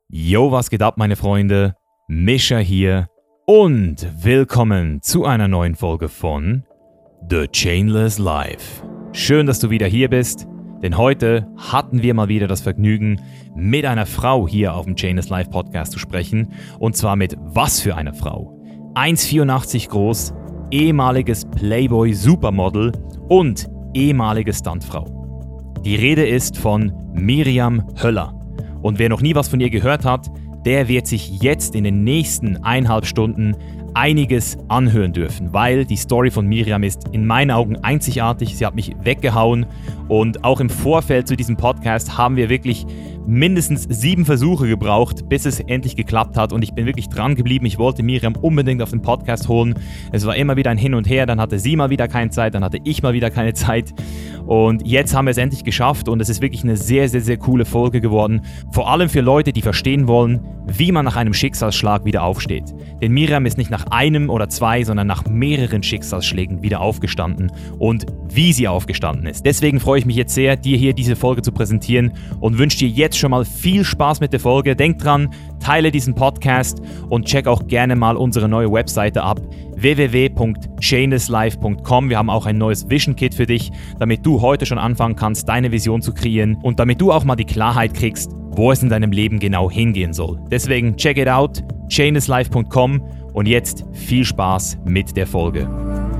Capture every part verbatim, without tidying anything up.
Yo, was geht ab, meine Freunde? Mischa hier und willkommen zu einer neuen Folge von The Chainless Life. Schön, dass du wieder hier bist, denn heute hatten wir mal wieder das Vergnügen, mit einer Frau hier auf dem Chainless Life Podcast zu sprechen. Und zwar mit was für einer Frau? eins Komma vierundachtzig groß, ehemaliges Playboy Supermodel und ehemalige Stuntfrau. Die Rede ist von Miriam Höller. Und wer noch nie was von ihr gehört hat, der wird sich jetzt in den nächsten eineinhalb Stunden einiges anhören dürfen, weil die Story von Miriam ist in meinen Augen einzigartig. Sie hat mich weggehauen und auch im Vorfeld zu diesem Podcast haben wir wirklich mindestens sieben Versuche gebraucht, bis es endlich geklappt hat und ich bin wirklich dran geblieben. Ich wollte Miriam unbedingt auf den Podcast holen. Es war immer wieder ein Hin und Her, dann hatte sie mal wieder keine Zeit, dann hatte ich mal wieder keine Zeit und jetzt haben wir es endlich geschafft und es ist wirklich eine sehr, sehr, sehr coole Folge geworden. Vor allem für Leute, die verstehen wollen, wie man nach einem Schicksalsschlag wieder aufsteht. Denn Miriam ist nicht nach einem oder zwei, sondern nach mehreren Schicksalsschlägen wieder aufgestanden und wie sie aufgestanden ist. Deswegen freue ich mich jetzt sehr, dir hier diese Folge zu präsentieren und wünsche dir jetzt schon mal viel Spaß mit der Folge. Denk dran, teile diesen Podcast und check auch gerne mal unsere neue Webseite ab, w w w punkt chainless life punkt com. Wir haben auch ein neues Vision Kit für dich, damit du heute schon anfangen kannst, deine Vision zu kreieren und damit du auch mal die Klarheit kriegst, wo es in deinem Leben genau hingehen soll. Deswegen check it out, chainless life punkt com und jetzt viel Spaß mit der Folge.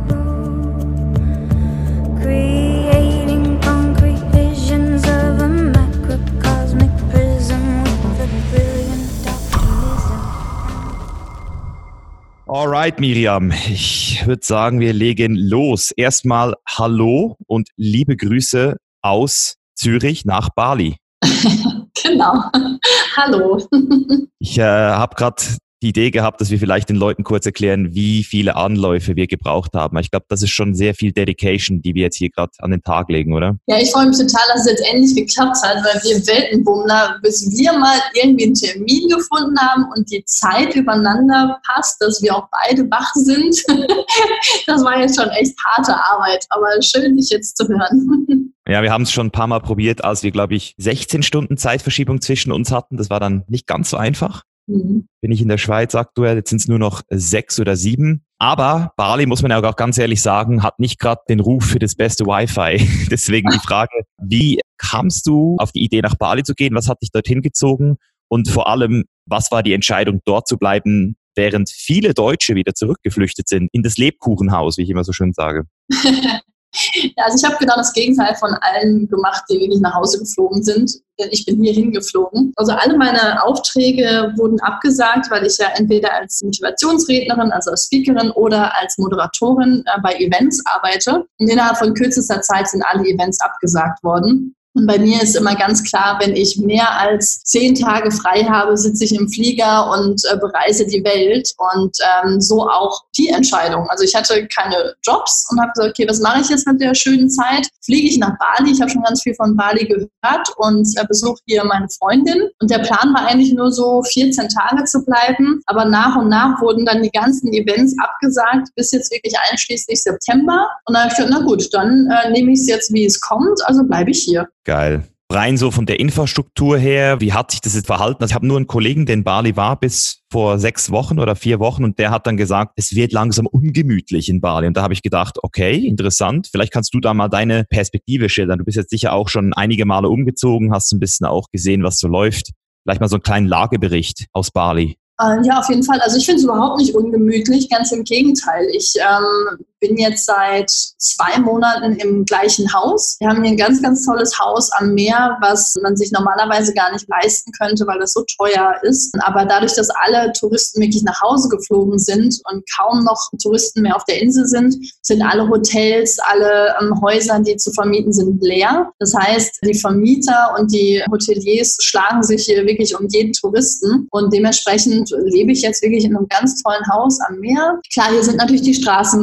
Alright, Miriam, ich würde sagen, wir legen los. Erstmal Hallo und liebe Grüße aus Zürich nach Bali. Genau. Hallo. Ich äh, habe gerade die Idee gehabt, dass wir vielleicht den Leuten kurz erklären, wie viele Anläufe wir gebraucht haben. Ich glaube, das ist schon sehr viel Dedication, die wir jetzt hier gerade an den Tag legen, oder? Ja, ich freue mich total, dass es jetzt endlich geklappt hat, weil wir Weltenbummler, bis wir mal irgendwie einen Termin gefunden haben und die Zeit übereinander passt, dass wir auch beide wach sind, das war jetzt schon echt harte Arbeit, aber schön, dich jetzt zu hören. Ja, wir haben es schon ein paar Mal probiert, als wir, glaube ich, sechzehn Stunden Zeitverschiebung zwischen uns hatten. Das war dann nicht ganz so einfach. Mhm. Bin ich in der Schweiz aktuell, jetzt sind es nur noch sechs oder sieben. Aber Bali, muss man ja auch ganz ehrlich sagen, hat nicht gerade den Ruf für das beste Wi-Fi. Deswegen die Frage, wie kamst du auf die Idee, nach Bali zu gehen? Was hat dich dorthin gezogen? Und vor allem, was war die Entscheidung, dort zu bleiben, während viele Deutsche wieder zurückgeflüchtet sind in das Lebkuchenhaus, wie ich immer so schön sage? Ja, also ich habe genau das Gegenteil von allen gemacht, die wirklich nach Hause geflogen sind. Denn ich bin hier hingeflogen. Also alle meine Aufträge wurden abgesagt, weil ich ja entweder als Motivationsrednerin, also als Speakerin oder als Moderatorin äh, bei Events arbeite. Und innerhalb von kürzester Zeit sind alle Events abgesagt worden. Und bei mir ist immer ganz klar, wenn ich mehr als zehn Tage frei habe, sitze ich im Flieger und äh, bereise die Welt und ähm, so auch die Entscheidung. Also ich hatte keine Jobs und habe gesagt, okay, was mache ich jetzt mit der schönen Zeit? Fliege ich nach Bali, ich habe schon ganz viel von Bali gehört und äh, besuche hier meine Freundin. Und der Plan war eigentlich nur so vierzehn Tage zu bleiben, aber nach und nach wurden dann die ganzen Events abgesagt, bis jetzt wirklich einschließlich September. Und dann habe ich gedacht, na gut, dann äh, nehme ich es jetzt, wie es kommt, also bleibe ich hier. Geil. Rein so von der Infrastruktur her, wie hat sich das jetzt verhalten? Also ich habe nur einen Kollegen, der in Bali war bis vor sechs Wochen oder vier Wochen und der hat dann gesagt, es wird langsam ungemütlich in Bali. Und da habe ich gedacht, okay, interessant. Vielleicht kannst du da mal deine Perspektive schildern. Du bist jetzt sicher auch schon einige Male umgezogen, hast ein bisschen auch gesehen, was so läuft. Vielleicht mal so einen kleinen Lagebericht aus Bali. Ja, auf jeden Fall. Also ich finde es überhaupt nicht ungemütlich, ganz im Gegenteil. Ich ähm, bin jetzt seit zwei Monaten im gleichen Haus. Wir haben hier ein ganz, ganz tolles Haus am Meer, was man sich normalerweise gar nicht leisten könnte, weil das so teuer ist. Aber dadurch, dass alle Touristen wirklich nach Hause geflogen sind und kaum noch Touristen mehr auf der Insel sind, sind alle Hotels, alle ähm, Häuser, die zu vermieten sind, leer. Das heißt, die Vermieter und die Hoteliers schlagen sich hier wirklich um jeden Touristen und dementsprechend lebe ich jetzt wirklich in einem ganz tollen Haus am Meer. Klar, hier sind natürlich die Straßen gesperrt.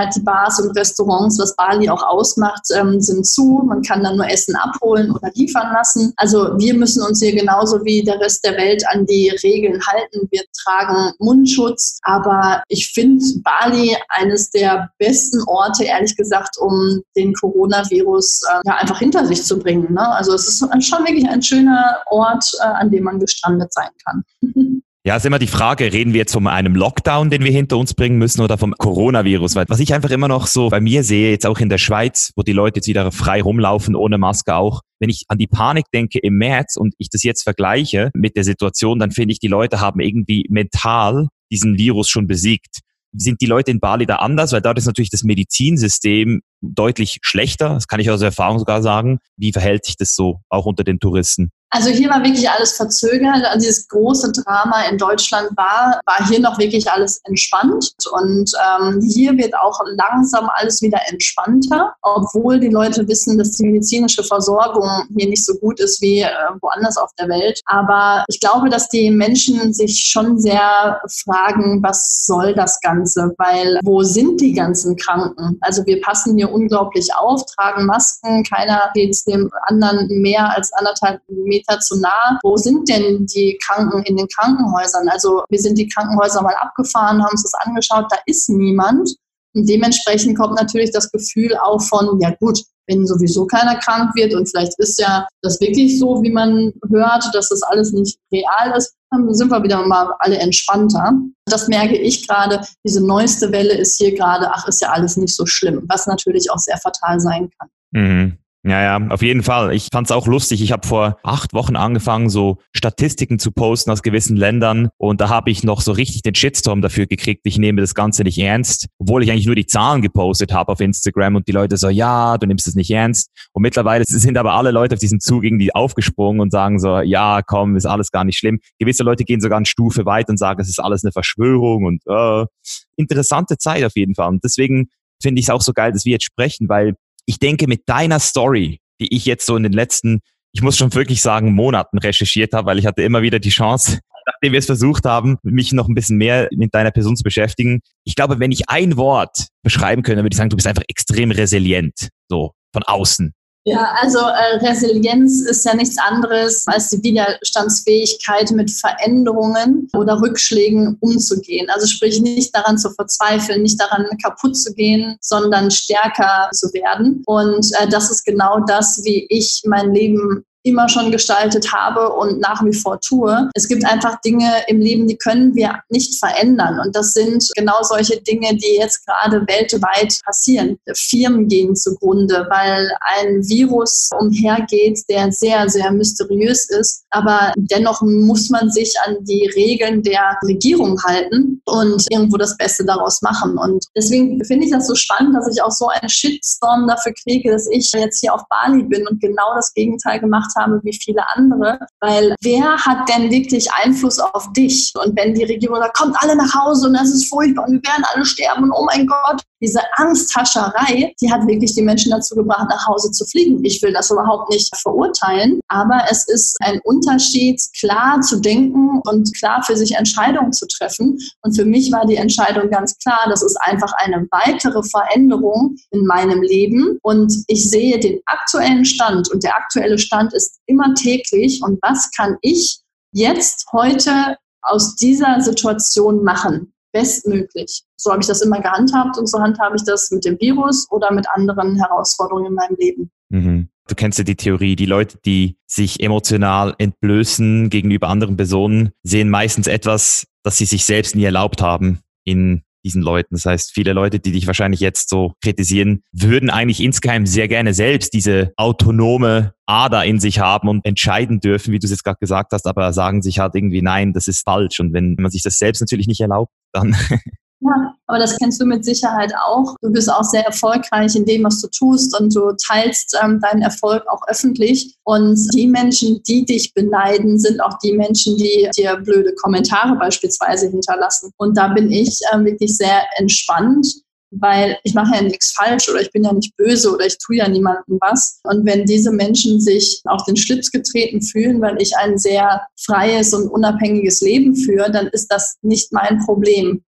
ja, die Bars und Restaurants, was Bali auch ausmacht, ähm, sind zu. Man kann dann nur Essen abholen oder liefern lassen. Also wir müssen uns hier genauso wie der Rest der Welt an die Regeln halten. Wir tragen Mundschutz, aber ich finde Bali eines der besten Orte, ehrlich gesagt, um den Coronavirus äh, ja, einfach hinter sich zu bringen. Ne? Also es ist schon wirklich ein schöner Ort, äh, an dem man gestrandet sein kann. Ja, ist immer die Frage, reden wir jetzt von einem Lockdown, den wir hinter uns bringen müssen, oder vom Coronavirus? Weil was ich einfach immer noch so bei mir sehe, jetzt auch in der Schweiz, wo die Leute jetzt wieder frei rumlaufen, ohne Maske auch, wenn ich an die Panik denke im März und ich das jetzt vergleiche mit der Situation, dann finde ich, die Leute haben irgendwie mental diesen Virus schon besiegt. Sind die Leute in Bali da anders? Weil dort ist natürlich das Medizinsystem deutlich schlechter. Das kann ich aus Erfahrung sogar sagen. Wie verhält sich das so auch unter den Touristen? Also hier war wirklich alles verzögert. Also dieses große Drama in Deutschland war, war hier noch wirklich alles entspannt. Und ähm, hier wird auch langsam alles wieder entspannter, obwohl die Leute wissen, dass die medizinische Versorgung hier nicht so gut ist wie äh, woanders auf der Welt. Aber ich glaube, dass die Menschen sich schon sehr fragen, was soll das Ganze? Weil wo sind die ganzen Kranken? Also wir passen hier unglaublich auf, tragen Masken, keiner geht dem anderen mehr als anderthalb Meter zu nah. Wo sind denn die Kranken in den Krankenhäusern? Also wir sind die Krankenhäuser mal abgefahren, haben uns das angeschaut, da ist niemand. Und dementsprechend kommt natürlich das Gefühl auch von, ja gut, wenn sowieso keiner krank wird und vielleicht ist ja das wirklich so, wie man hört, dass das alles nicht real ist, dann sind wir wieder mal alle entspannter. Das merke ich gerade. Diese neueste Welle ist hier gerade, ach, ist ja alles nicht so schlimm, was natürlich auch sehr fatal sein kann. Mhm. Ja, ja, auf jeden Fall. Ich fand's auch lustig. Ich habe vor acht Wochen angefangen, so Statistiken zu posten aus gewissen Ländern und da habe ich noch so richtig den Shitstorm dafür gekriegt. Ich nehme das Ganze nicht ernst, obwohl ich eigentlich nur die Zahlen gepostet habe auf Instagram und die Leute so, ja, du nimmst es nicht ernst. Und mittlerweile sind aber alle Leute auf diesen Zug irgendwie aufgesprungen und sagen so, ja, komm, ist alles gar nicht schlimm. Gewisse Leute gehen sogar eine Stufe weit und sagen, es ist alles eine Verschwörung und äh, interessante Zeit auf jeden Fall. Und deswegen finde ich es auch so geil, dass wir jetzt sprechen, weil ich denke, mit deiner Story, die ich jetzt so in den letzten, ich muss schon wirklich sagen, Monaten recherchiert habe, weil ich hatte immer wieder die Chance, nachdem wir es versucht haben, mich noch ein bisschen mehr mit deiner Person zu beschäftigen. Ich glaube, wenn ich ein Wort beschreiben könnte, würde ich sagen, du bist einfach extrem resilient, so von außen. Ja, also äh, Resilienz ist ja nichts anderes als die Widerstandsfähigkeit, mit Veränderungen oder Rückschlägen umzugehen. Also sprich nicht daran zu verzweifeln, nicht daran kaputt zu gehen, sondern stärker zu werden. Und äh, das ist genau das, wie ich mein Leben immer schon gestaltet habe und nach wie vor tue. Es gibt einfach Dinge im Leben, die können wir nicht verändern. Und das sind genau solche Dinge, die jetzt gerade weltweit passieren. Firmen gehen zugrunde, weil ein Virus umhergeht, der sehr, sehr mysteriös ist. Aber dennoch muss man sich an die Regeln der Regierung halten und irgendwo das Beste daraus machen. Und deswegen finde ich das so spannend, dass ich auch so einen Shitstorm dafür kriege, dass ich jetzt hier auf Bali bin und genau das Gegenteil gemacht habe wie viele andere, weil wer hat denn wirklich Einfluss auf dich? Und wenn die Regierung sagt, kommt alle nach Hause und das ist furchtbar und wir werden alle sterben und oh mein Gott, diese Angsthascherei, die hat wirklich die Menschen dazu gebracht, nach Hause zu fliegen. Ich will das überhaupt nicht verurteilen, aber es ist ein Unterschied, klar zu denken und klar für sich Entscheidungen zu treffen. Und für mich war die Entscheidung ganz klar, das ist einfach eine weitere Veränderung in meinem Leben und ich sehe den aktuellen Stand und der aktuelle Stand ist immer täglich und was kann ich jetzt heute aus dieser Situation machen? Bestmöglich. So habe ich das immer gehandhabt und so handhabe ich das mit dem Virus oder mit anderen Herausforderungen in meinem Leben. Mhm. Du kennst ja die Theorie, die Leute, die sich emotional entblößen gegenüber anderen Personen, sehen meistens etwas, das sie sich selbst nie erlaubt haben in diesen Leuten. Das heißt, viele Leute, die dich wahrscheinlich jetzt so kritisieren, würden eigentlich insgeheim sehr gerne selbst diese autonome Ader in sich haben und entscheiden dürfen, wie du es jetzt gerade gesagt hast, aber sagen sich halt irgendwie, nein, das ist falsch. Und wenn man sich das selbst natürlich nicht erlaubt, dann... Ja, aber das kennst du mit Sicherheit auch. Du bist auch sehr erfolgreich in dem, was du tust und du teilst ähm, deinen Erfolg auch öffentlich. Und die Menschen, die dich beneiden, sind auch die Menschen, die dir blöde Kommentare beispielsweise hinterlassen. Und da bin ich ähm, wirklich sehr entspannt, weil ich mache ja nichts falsch oder ich bin ja nicht böse oder ich tue ja niemandem was. Und wenn diese Menschen sich auf den Schlips getreten fühlen, weil ich ein sehr freies und unabhängiges Leben führe, dann ist das nicht mein Problem.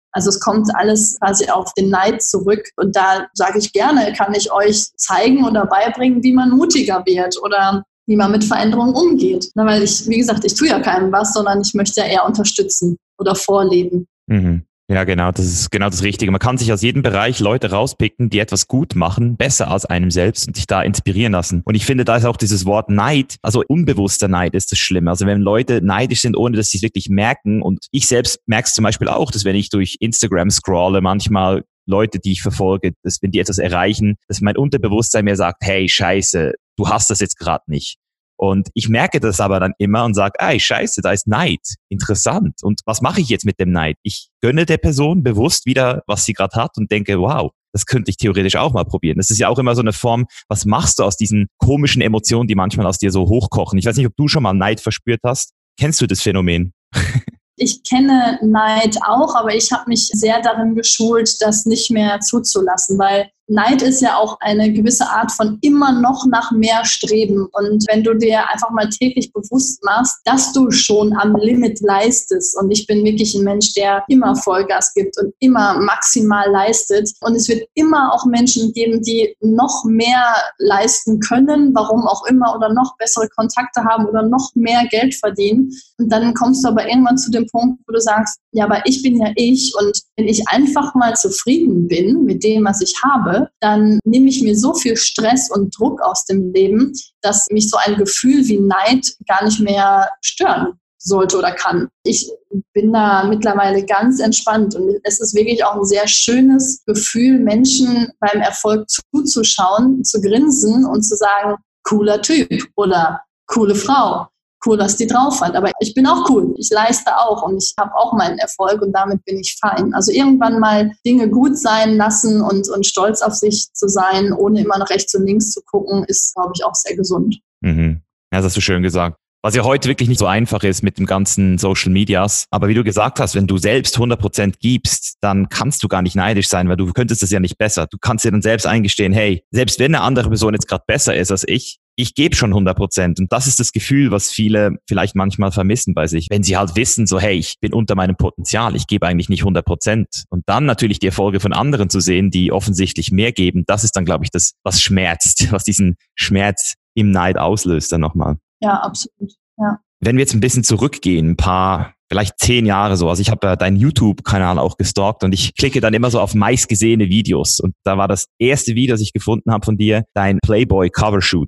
Also es kommt alles quasi auf den Neid zurück. Und da sage ich gerne, kann ich euch zeigen oder beibringen, wie man mutiger wird oder wie man mit Veränderungen umgeht. Na, weil ich, wie gesagt, ich tue ja keinem was, sondern ich möchte ja eher unterstützen oder vorleben. Mhm. Ja, genau, das ist genau das Richtige. Man kann sich aus jedem Bereich Leute rauspicken, die etwas gut machen, besser als einem selbst und sich da inspirieren lassen. Und ich finde, da ist auch dieses Wort Neid, also unbewusster Neid ist das Schlimme. Also wenn Leute neidisch sind, ohne dass sie es wirklich merken, und ich selbst merke es zum Beispiel auch, dass wenn ich durch Instagram scrolle, manchmal Leute, die ich verfolge, dass wenn die etwas erreichen, dass mein Unterbewusstsein mir sagt, hey, scheiße, du hast das jetzt gerade nicht. Und ich merke das aber dann immer und sage, ey, scheiße, da ist Neid. Interessant. Und was mache ich jetzt mit dem Neid? Ich gönne der Person bewusst wieder, was sie gerade hat und denke, wow, das könnte ich theoretisch auch mal probieren. Das ist ja auch immer so eine Form, was machst du aus diesen komischen Emotionen, die manchmal aus dir so hochkochen? Ich weiß nicht, ob du schon mal Neid verspürt hast. Kennst du das Phänomen? Ich kenne Neid auch, aber ich habe mich sehr darin geschult, das nicht mehr zuzulassen, weil Neid ist ja auch eine gewisse Art von immer noch nach mehr Streben. Und wenn du dir einfach mal täglich bewusst machst, dass du schon am Limit leistest, und ich bin wirklich ein Mensch, der immer Vollgas gibt und immer maximal leistet, und es wird immer auch Menschen geben, die noch mehr leisten können, warum auch immer, oder noch bessere Kontakte haben oder noch mehr Geld verdienen. Und dann kommst du aber irgendwann zu dem Punkt, wo du sagst, ja, aber ich bin ja ich, und wenn ich einfach mal zufrieden bin mit dem, was ich habe, dann nehme ich mir so viel Stress und Druck aus dem Leben, dass mich so ein Gefühl wie Neid gar nicht mehr stören sollte oder kann. Ich bin da mittlerweile ganz entspannt, und es ist wirklich auch ein sehr schönes Gefühl, Menschen beim Erfolg zuzuschauen, zu grinsen und zu sagen, cooler Typ oder coole Frau. Cool, was die drauf hat. Aber ich bin auch cool. Ich leiste auch und ich habe auch meinen Erfolg, und damit bin ich fein. Also irgendwann mal Dinge gut sein lassen und, und stolz auf sich zu sein, ohne immer nach rechts und links zu gucken, ist, glaube ich, auch sehr gesund. Mhm. Ja, das hast du schön gesagt. Was ja heute wirklich nicht so einfach ist mit dem ganzen Social Medias. Aber wie du gesagt hast, wenn du selbst hundert Prozent gibst, dann kannst du gar nicht neidisch sein, weil du könntest es ja nicht besser. Du kannst dir dann selbst eingestehen, hey, selbst wenn eine andere Person jetzt gerade besser ist als ich, ich gebe schon hundert Prozent. Und das ist das Gefühl, was viele vielleicht manchmal vermissen bei sich. Wenn sie halt wissen, so hey, ich bin unter meinem Potenzial, ich gebe eigentlich nicht hundert Prozent. Und dann natürlich die Erfolge von anderen zu sehen, die offensichtlich mehr geben, das ist dann, glaube ich, das, was schmerzt, was diesen Schmerz im Neid auslöst dann nochmal. Ja, absolut. Ja. Wenn wir jetzt ein bisschen zurückgehen, ein paar, vielleicht zehn Jahre so, also ich habe ja deinen YouTube-Kanal auch gestalkt und ich klicke dann immer so auf meistgesehene Videos, und da war das erste Video, das ich gefunden habe von dir, dein Playboy-Covershoot.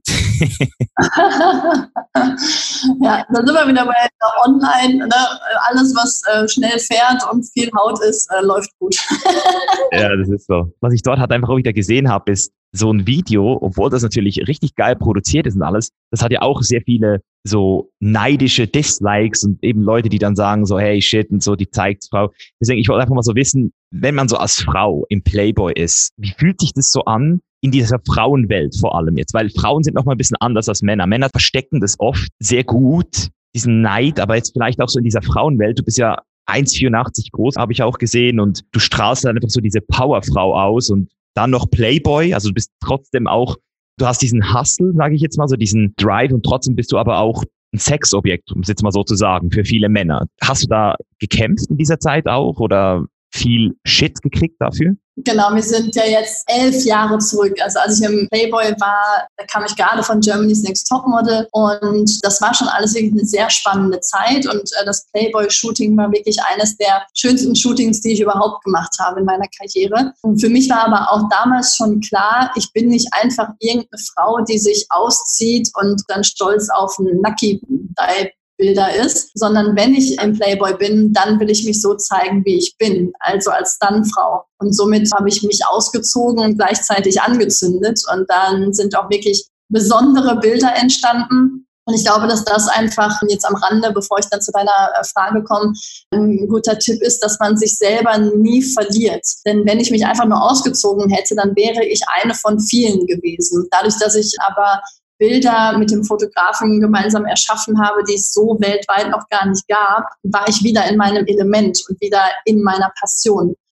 Ja, dann sind wir wieder bei Online, ne? Alles, was äh, schnell fährt und viel Haut ist, äh, läuft gut. Ja, das ist so. Was ich dort halt einfach auch wieder gesehen habe, ist so ein Video, obwohl das natürlich richtig geil produziert ist und alles, das hat ja auch sehr viele so neidische Dislikes und eben Leute, die dann sagen so, hey, shit, und so, die zeigt Frau. Deswegen, ich wollte einfach mal so wissen, wenn man so als Frau im Playboy ist, wie fühlt sich das so an in dieser Frauenwelt vor allem jetzt? Weil Frauen sind noch mal ein bisschen anders als Männer. Männer verstecken das oft sehr gut, diesen Neid, aber jetzt vielleicht auch so in dieser Frauenwelt. Du bist ja eins Komma vierundachtzig groß, habe ich auch gesehen, und du strahlst dann einfach so diese Powerfrau aus, und dann noch Playboy, also du bist trotzdem auch, du hast diesen Hustle, sage ich jetzt mal, so diesen Drive, und trotzdem bist du aber auch ein Sexobjekt, um es jetzt mal so zu sagen, für viele Männer. Hast du da gekämpft in dieser Zeit auch oder viel Shit gekriegt dafür? Genau, wir sind ja jetzt elf Jahre zurück. Also als ich im Playboy war, da kam ich gerade von Germany's Next Topmodel, und das war schon alles wirklich eine sehr spannende Zeit, und äh, das Playboy-Shooting war wirklich eines der schönsten Shootings, die ich überhaupt gemacht habe in meiner Karriere. Und für mich war aber auch damals schon klar, ich bin nicht einfach irgendeine Frau, die sich auszieht und dann stolz auf einen Nucky-Dive Bilder ist, sondern wenn ich im Playboy bin, dann will ich mich so zeigen, wie ich bin, also als Stuntfrau. Und somit habe ich mich ausgezogen und gleichzeitig angezündet, und dann sind auch wirklich besondere Bilder entstanden. Und ich glaube, dass das einfach jetzt am Rande, bevor ich dann zu deiner Frage komme, ein guter Tipp ist, dass man sich selber nie verliert. Denn wenn ich mich einfach nur ausgezogen hätte, dann wäre ich eine von vielen gewesen. Dadurch, dass ich aber Bilder mit dem Fotografen gemeinsam erschaffen habe, die es so weltweit noch gar nicht gab, war ich wieder in meinem Element und wieder in meiner Passion.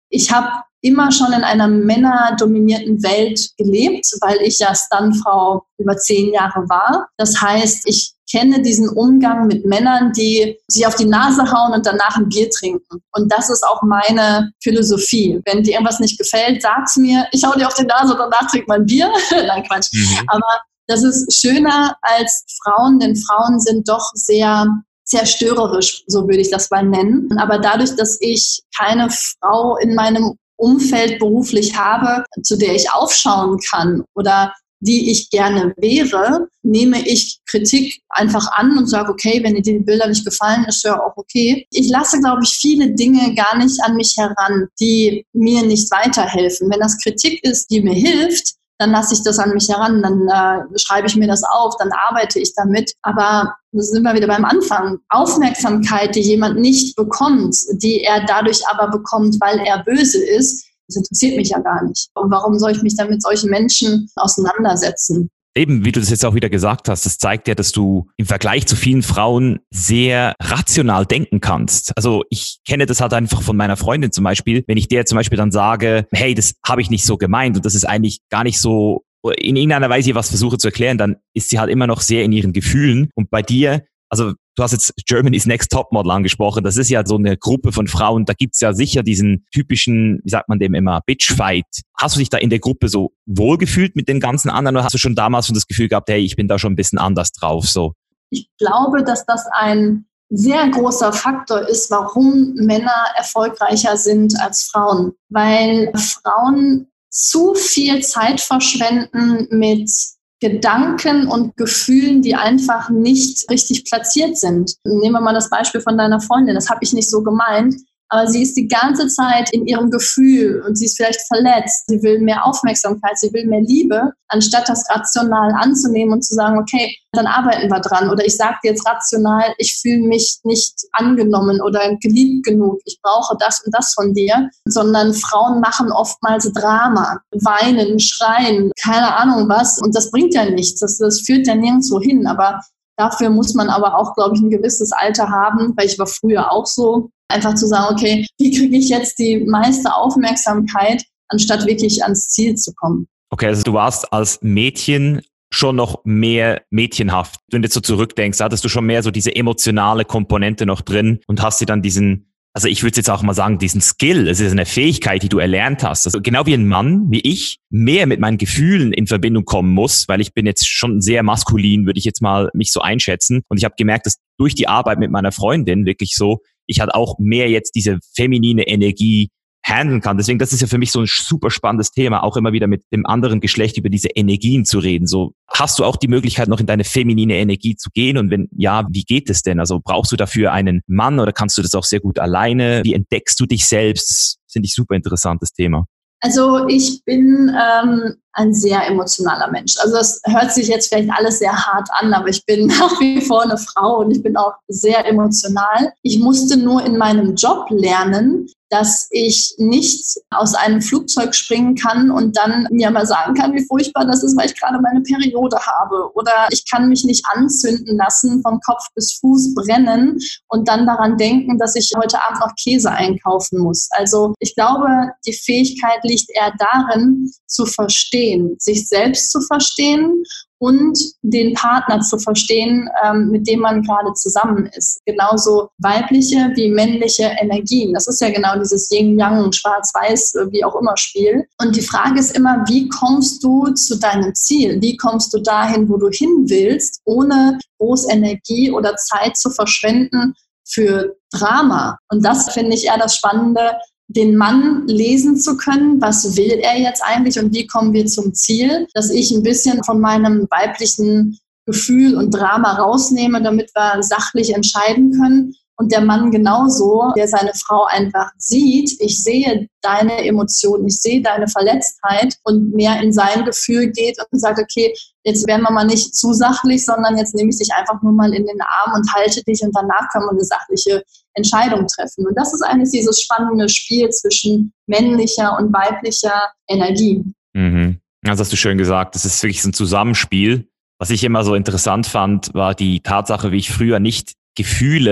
Ich habe immer schon in einer männerdominierten Welt gelebt, weil ich ja Stuntfrau über zehn Jahre war. Das heißt, ich kenne diesen Umgang mit Männern, die sich auf die Nase hauen und danach ein Bier trinken. Und das ist auch meine Philosophie. Wenn dir irgendwas nicht gefällt, sag's mir, ich hau dir auf die Nase und danach trink mal ein Bier. Nein, Quatsch. Mhm. Aber das ist schöner als Frauen, denn Frauen sind doch sehr zerstörerisch, so würde ich das mal nennen. Aber dadurch, dass ich keine Frau in meinem Umfeld beruflich habe, zu der ich aufschauen kann oder die ich gerne wäre, nehme ich Kritik einfach an und sage, okay, wenn dir die Bilder nicht gefallen, ist ja auch okay. Ich lasse, glaube ich, viele Dinge gar nicht an mich heran, die mir nicht weiterhelfen. Wenn das Kritik ist, die mir hilft, dann lasse ich das an mich heran, dann äh, schreibe ich mir das auf, dann arbeite ich damit. Aber da sind wir wieder beim Anfang. Aufmerksamkeit, die jemand nicht bekommt, die er dadurch aber bekommt, weil er böse ist, das interessiert mich ja gar nicht. Und warum soll ich mich dann mit solchen Menschen auseinandersetzen? Eben, wie du das jetzt auch wieder gesagt hast, das zeigt ja, dass du im Vergleich zu vielen Frauen sehr rational denken kannst. Also ich kenne das halt einfach von meiner Freundin zum Beispiel. Wenn ich der zum Beispiel dann sage, hey, das habe ich nicht so gemeint und das ist eigentlich gar nicht so, in irgendeiner Weise was versuche zu erklären, dann ist sie halt immer noch sehr in ihren Gefühlen. Und bei dir, also du hast jetzt Germany's Next Topmodel angesprochen, das ist ja so eine Gruppe von Frauen, da gibt's ja sicher diesen typischen, wie sagt man dem immer, Bitchfight. Hast du dich da in der Gruppe so wohlgefühlt mit den ganzen anderen oder hast du schon damals schon das Gefühl gehabt, hey, ich bin da schon ein bisschen anders drauf? So? Ich glaube, dass das ein sehr großer Faktor ist, warum Männer erfolgreicher sind als Frauen. Weil Frauen zu viel Zeit verschwenden mit Gedanken und Gefühlen, die einfach nicht richtig platziert sind. Nehmen wir mal das Beispiel von deiner Freundin. Das habe ich nicht so gemeint, aber sie ist die ganze Zeit in ihrem Gefühl und sie ist vielleicht verletzt. Sie will mehr Aufmerksamkeit, sie will mehr Liebe, anstatt das rational anzunehmen und zu sagen, okay, dann arbeiten wir dran. Oder ich sage dir jetzt rational, ich fühle mich nicht angenommen oder geliebt genug. Ich brauche das und das von dir. Sondern Frauen machen oftmals Drama, weinen, schreien, keine Ahnung was. Und das bringt ja nichts. Das, das führt ja nirgendwo hin. Aber dafür muss man aber auch, glaube ich, ein gewisses Alter haben, weil ich war früher auch so, einfach zu sagen, okay, wie kriege ich jetzt die meiste Aufmerksamkeit, anstatt wirklich ans Ziel zu kommen. Okay, also du warst als Mädchen schon noch mehr mädchenhaft. Wenn du jetzt so zurückdenkst, hattest du schon mehr so diese emotionale Komponente noch drin und hast dir dann diesen, also ich würde jetzt auch mal sagen, diesen Skill, es ist eine Fähigkeit, die du erlernt hast. Also genau wie ein Mann, wie ich, mehr mit meinen Gefühlen in Verbindung kommen muss, weil ich bin jetzt schon sehr maskulin, würde ich jetzt mal mich so einschätzen. Und ich habe gemerkt, dass durch die Arbeit mit meiner Freundin wirklich so, ich halt auch mehr jetzt diese feminine Energie handeln kann. Deswegen, das ist ja für mich so ein super spannendes Thema, auch immer wieder mit dem anderen Geschlecht über diese Energien zu reden. So, hast du auch die Möglichkeit, noch in deine feminine Energie zu gehen? Und wenn ja, wie geht es denn? Also brauchst du dafür einen Mann oder kannst du das auch sehr gut alleine? Wie entdeckst du dich selbst? Das finde ich super interessantes Thema. Also ich bin ähm, ein sehr emotionaler Mensch. Also das hört sich jetzt vielleicht alles sehr hart an, aber ich bin nach wie vor eine Frau und ich bin auch sehr emotional. Ich musste nur in meinem Job lernen, dass ich nicht aus einem Flugzeug springen kann und dann mir mal sagen kann, wie furchtbar das ist, weil ich gerade meine Periode habe. Oder ich kann mich nicht anzünden lassen, vom Kopf bis Fuß brennen und dann daran denken, dass ich heute Abend noch Käse einkaufen muss. Also ich glaube, die Fähigkeit liegt eher darin, zu verstehen, sich selbst zu verstehen und den Partner zu verstehen, ähm, mit dem man gerade zusammen ist. Genauso weibliche wie männliche Energien. Das ist ja genau dieses Yin-Yang, Schwarz-Weiß, wie auch immer Spiel. Und die Frage ist immer, wie kommst du zu deinem Ziel? Wie kommst du dahin, wo du hin willst, ohne groß Energie oder Zeit zu verschwenden für Drama? Und das finde ich eher das Spannende, den Mann lesen zu können, was will er jetzt eigentlich und wie kommen wir zum Ziel, dass ich ein bisschen von meinem weiblichen Gefühl und Drama rausnehme, damit wir sachlich entscheiden können. Und der Mann genauso, der seine Frau einfach sieht, ich sehe deine Emotionen, ich sehe deine Verletztheit und mehr in sein Gefühl geht und sagt, okay, jetzt werden wir mal nicht zu sachlich, sondern jetzt nehme ich dich einfach nur mal in den Arm und halte dich und danach kann man eine sachliche Entscheidung treffen. Und das ist eigentlich dieses spannende Spiel zwischen männlicher und weiblicher Energie. Mhm. Das hast du schön gesagt. Das ist wirklich so ein Zusammenspiel. Was ich immer so interessant fand, war die Tatsache, wie ich früher nicht Gefühle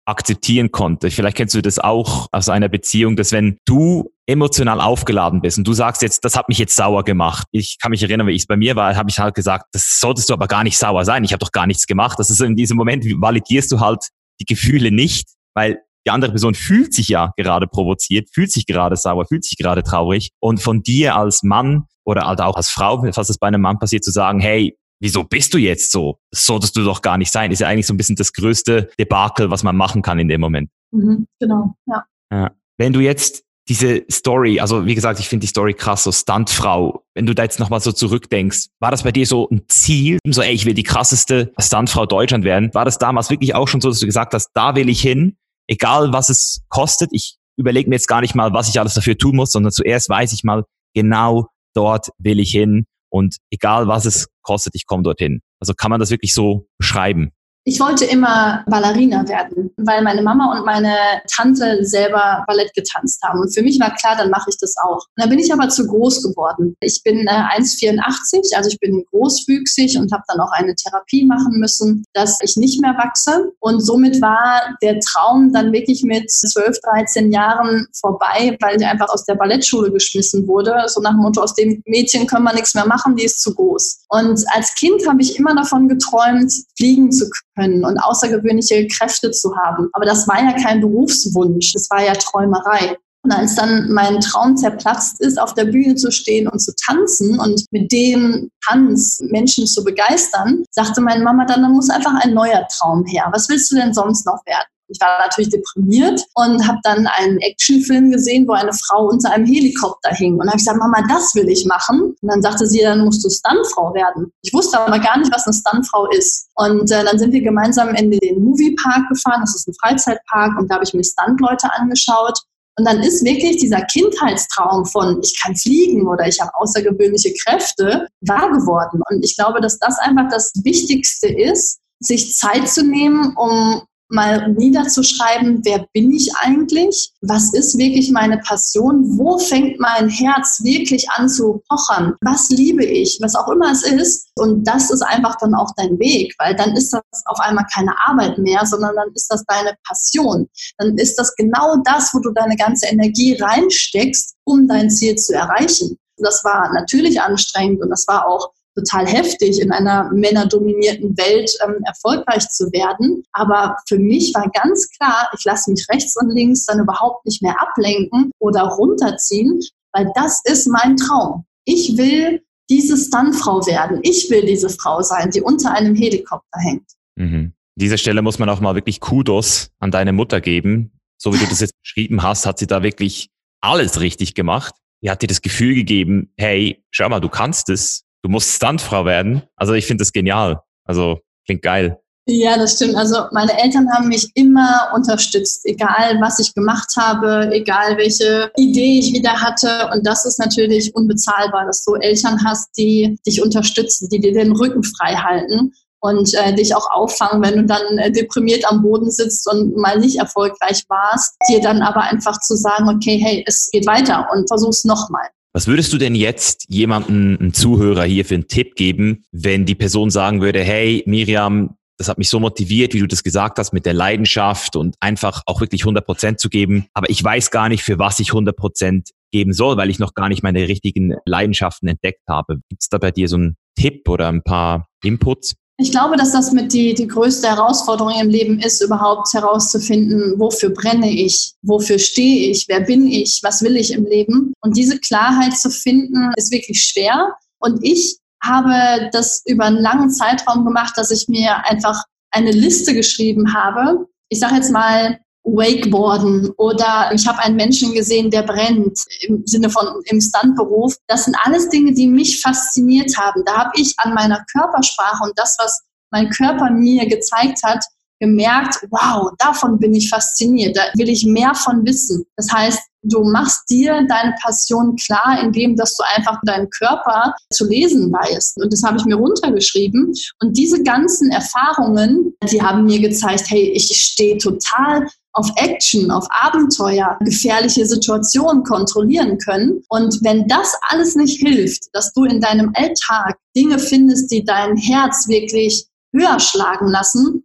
akzeptieren konnte. Vielleicht kennst du das auch aus einer Beziehung, dass wenn du emotional aufgeladen bist und du sagst jetzt, das hat mich jetzt sauer gemacht. Ich kann mich erinnern, wie es bei mir war, habe ich halt gesagt, das solltest du aber gar nicht sauer sein. Ich habe doch gar nichts gemacht. Das ist in diesem Moment, validierst du halt die Gefühle nicht, weil die andere Person fühlt sich ja gerade provoziert, fühlt sich gerade sauer, fühlt sich gerade traurig. Und von dir als Mann oder halt auch als Frau, falls es bei einem Mann passiert, zu sagen, hey, wieso bist du jetzt so? Das solltest du doch gar nicht sein. Ist ja eigentlich so ein bisschen das größte Debakel, was man machen kann in dem Moment. Mhm, genau, ja. Ja. Wenn du jetzt diese Story, also wie gesagt, ich finde die Story krass, so Stuntfrau, wenn du da jetzt nochmal so zurückdenkst, war das bei dir so ein Ziel, so ey, ich will die krasseste Stuntfrau Deutschland werden? War das damals wirklich auch schon so, dass du gesagt hast, da will ich hin, egal was es kostet, ich überlege mir jetzt gar nicht mal, was ich alles dafür tun muss, sondern zuerst weiß ich mal, genau dort will ich hin und egal was es kostet, ich komme dorthin. Also kann man das wirklich so beschreiben? Ich wollte immer Ballerina werden, weil meine Mama und meine Tante selber Ballett getanzt haben. Und für mich war klar, dann mache ich das auch. Und dann bin ich aber zu groß geworden. Ich bin äh, eins Komma vierundachtzig, also ich bin großwüchsig und habe dann auch eine Therapie machen müssen, dass ich nicht mehr wachse. Und somit war der Traum dann wirklich mit zwölf, dreizehn Jahren vorbei, weil ich einfach aus der Ballettschule geschmissen wurde. So nach dem Motto, aus dem Mädchen können wir nichts mehr machen, die ist zu groß. Und als Kind habe ich immer davon geträumt, fliegen zu können. können und außergewöhnliche Kräfte zu haben. Aber das war ja kein Berufswunsch, das war ja Träumerei. Und als dann mein Traum zerplatzt ist, auf der Bühne zu stehen und zu tanzen und mit dem Tanz Menschen zu begeistern, sagte meine Mama dann, da muss einfach ein neuer Traum her. Was willst du denn sonst noch werden? Ich war natürlich deprimiert und habe dann einen Actionfilm gesehen, wo eine Frau unter einem Helikopter hing. Und habe gesagt, Mama, das will ich machen. Und dann sagte sie, dann musst du Stuntfrau werden. Ich wusste aber gar nicht, was eine Stuntfrau ist. Und äh, dann sind wir gemeinsam in den Moviepark gefahren. Das ist ein Freizeitpark. Und da habe ich mir Stuntleute angeschaut. Und dann ist wirklich dieser Kindheitstraum von, ich kann fliegen oder ich habe außergewöhnliche Kräfte, wahr geworden. Und ich glaube, dass das einfach das Wichtigste ist, sich Zeit zu nehmen, um mal niederzuschreiben, wer bin ich eigentlich? Was ist wirklich meine Passion? Wo fängt mein Herz wirklich an zu pochern? Was liebe ich? Was auch immer es ist. Und das ist einfach dann auch dein Weg, weil dann ist das auf einmal keine Arbeit mehr, sondern dann ist das deine Passion. Dann ist das genau das, wo du deine ganze Energie reinsteckst, um dein Ziel zu erreichen. Das war natürlich anstrengend und das war auch total heftig, in einer männerdominierten Welt ähm, erfolgreich zu werden. Aber für mich war ganz klar, ich lasse mich rechts und links dann überhaupt nicht mehr ablenken oder runterziehen, weil das ist mein Traum. Ich will diese Stuntfrau werden. Ich will diese Frau sein, die unter einem Helikopter hängt. Mhm. An dieser Stelle muss man auch mal wirklich Kudos an deine Mutter geben. So wie du das jetzt beschrieben hast, hat sie da wirklich alles richtig gemacht. Die hat dir das Gefühl gegeben, hey, schau mal, du kannst es. Du musst Stuntfrau werden. Also ich finde das genial. Also klingt geil. Ja, das stimmt. Also meine Eltern haben mich immer unterstützt, egal was ich gemacht habe, egal welche Idee ich wieder hatte. Und das ist natürlich unbezahlbar, dass du Eltern hast, die dich unterstützen, die dir den Rücken frei halten und äh, dich auch auffangen, wenn du dann äh, deprimiert am Boden sitzt und mal nicht erfolgreich warst, dir dann aber einfach zu sagen, okay, hey, es geht weiter und versuch's nochmal. Was würdest du denn jetzt jemandem, einem Zuhörer hier für einen Tipp geben, wenn die Person sagen würde, hey Miriam, das hat mich so motiviert, wie du das gesagt hast, mit der Leidenschaft und einfach auch wirklich hundert Prozent zu geben. Aber ich weiß gar nicht, für was ich hundert Prozent geben soll, weil ich noch gar nicht meine richtigen Leidenschaften entdeckt habe. Gibt es da bei dir so einen Tipp oder ein paar Inputs? Ich glaube, dass das mit die, die größte Herausforderung im Leben ist, überhaupt herauszufinden, wofür brenne ich, wofür stehe ich, wer bin ich, was will ich im Leben. Und diese Klarheit zu finden, ist wirklich schwer. Und ich habe das über einen langen Zeitraum gemacht, dass ich mir einfach eine Liste geschrieben habe. Ich sage jetzt mal Wakeboarden oder ich habe einen Menschen gesehen, der brennt, im Sinne von im Stuntberuf. Das sind alles Dinge, die mich fasziniert haben. Da habe ich an meiner Körpersprache und das, was mein Körper mir gezeigt hat, gemerkt, wow, davon bin ich fasziniert, da will ich mehr von wissen. Das heißt, du machst dir deine Passion klar, indem dass du einfach deinen Körper zu lesen weißt. Und das habe ich mir runtergeschrieben. Und diese ganzen Erfahrungen, die haben mir gezeigt, hey, ich stehe total auf Action, auf Abenteuer, gefährliche Situationen kontrollieren können. Und wenn das alles nicht hilft, dass du in deinem Alltag Dinge findest, die dein Herz wirklich höher schlagen lassen,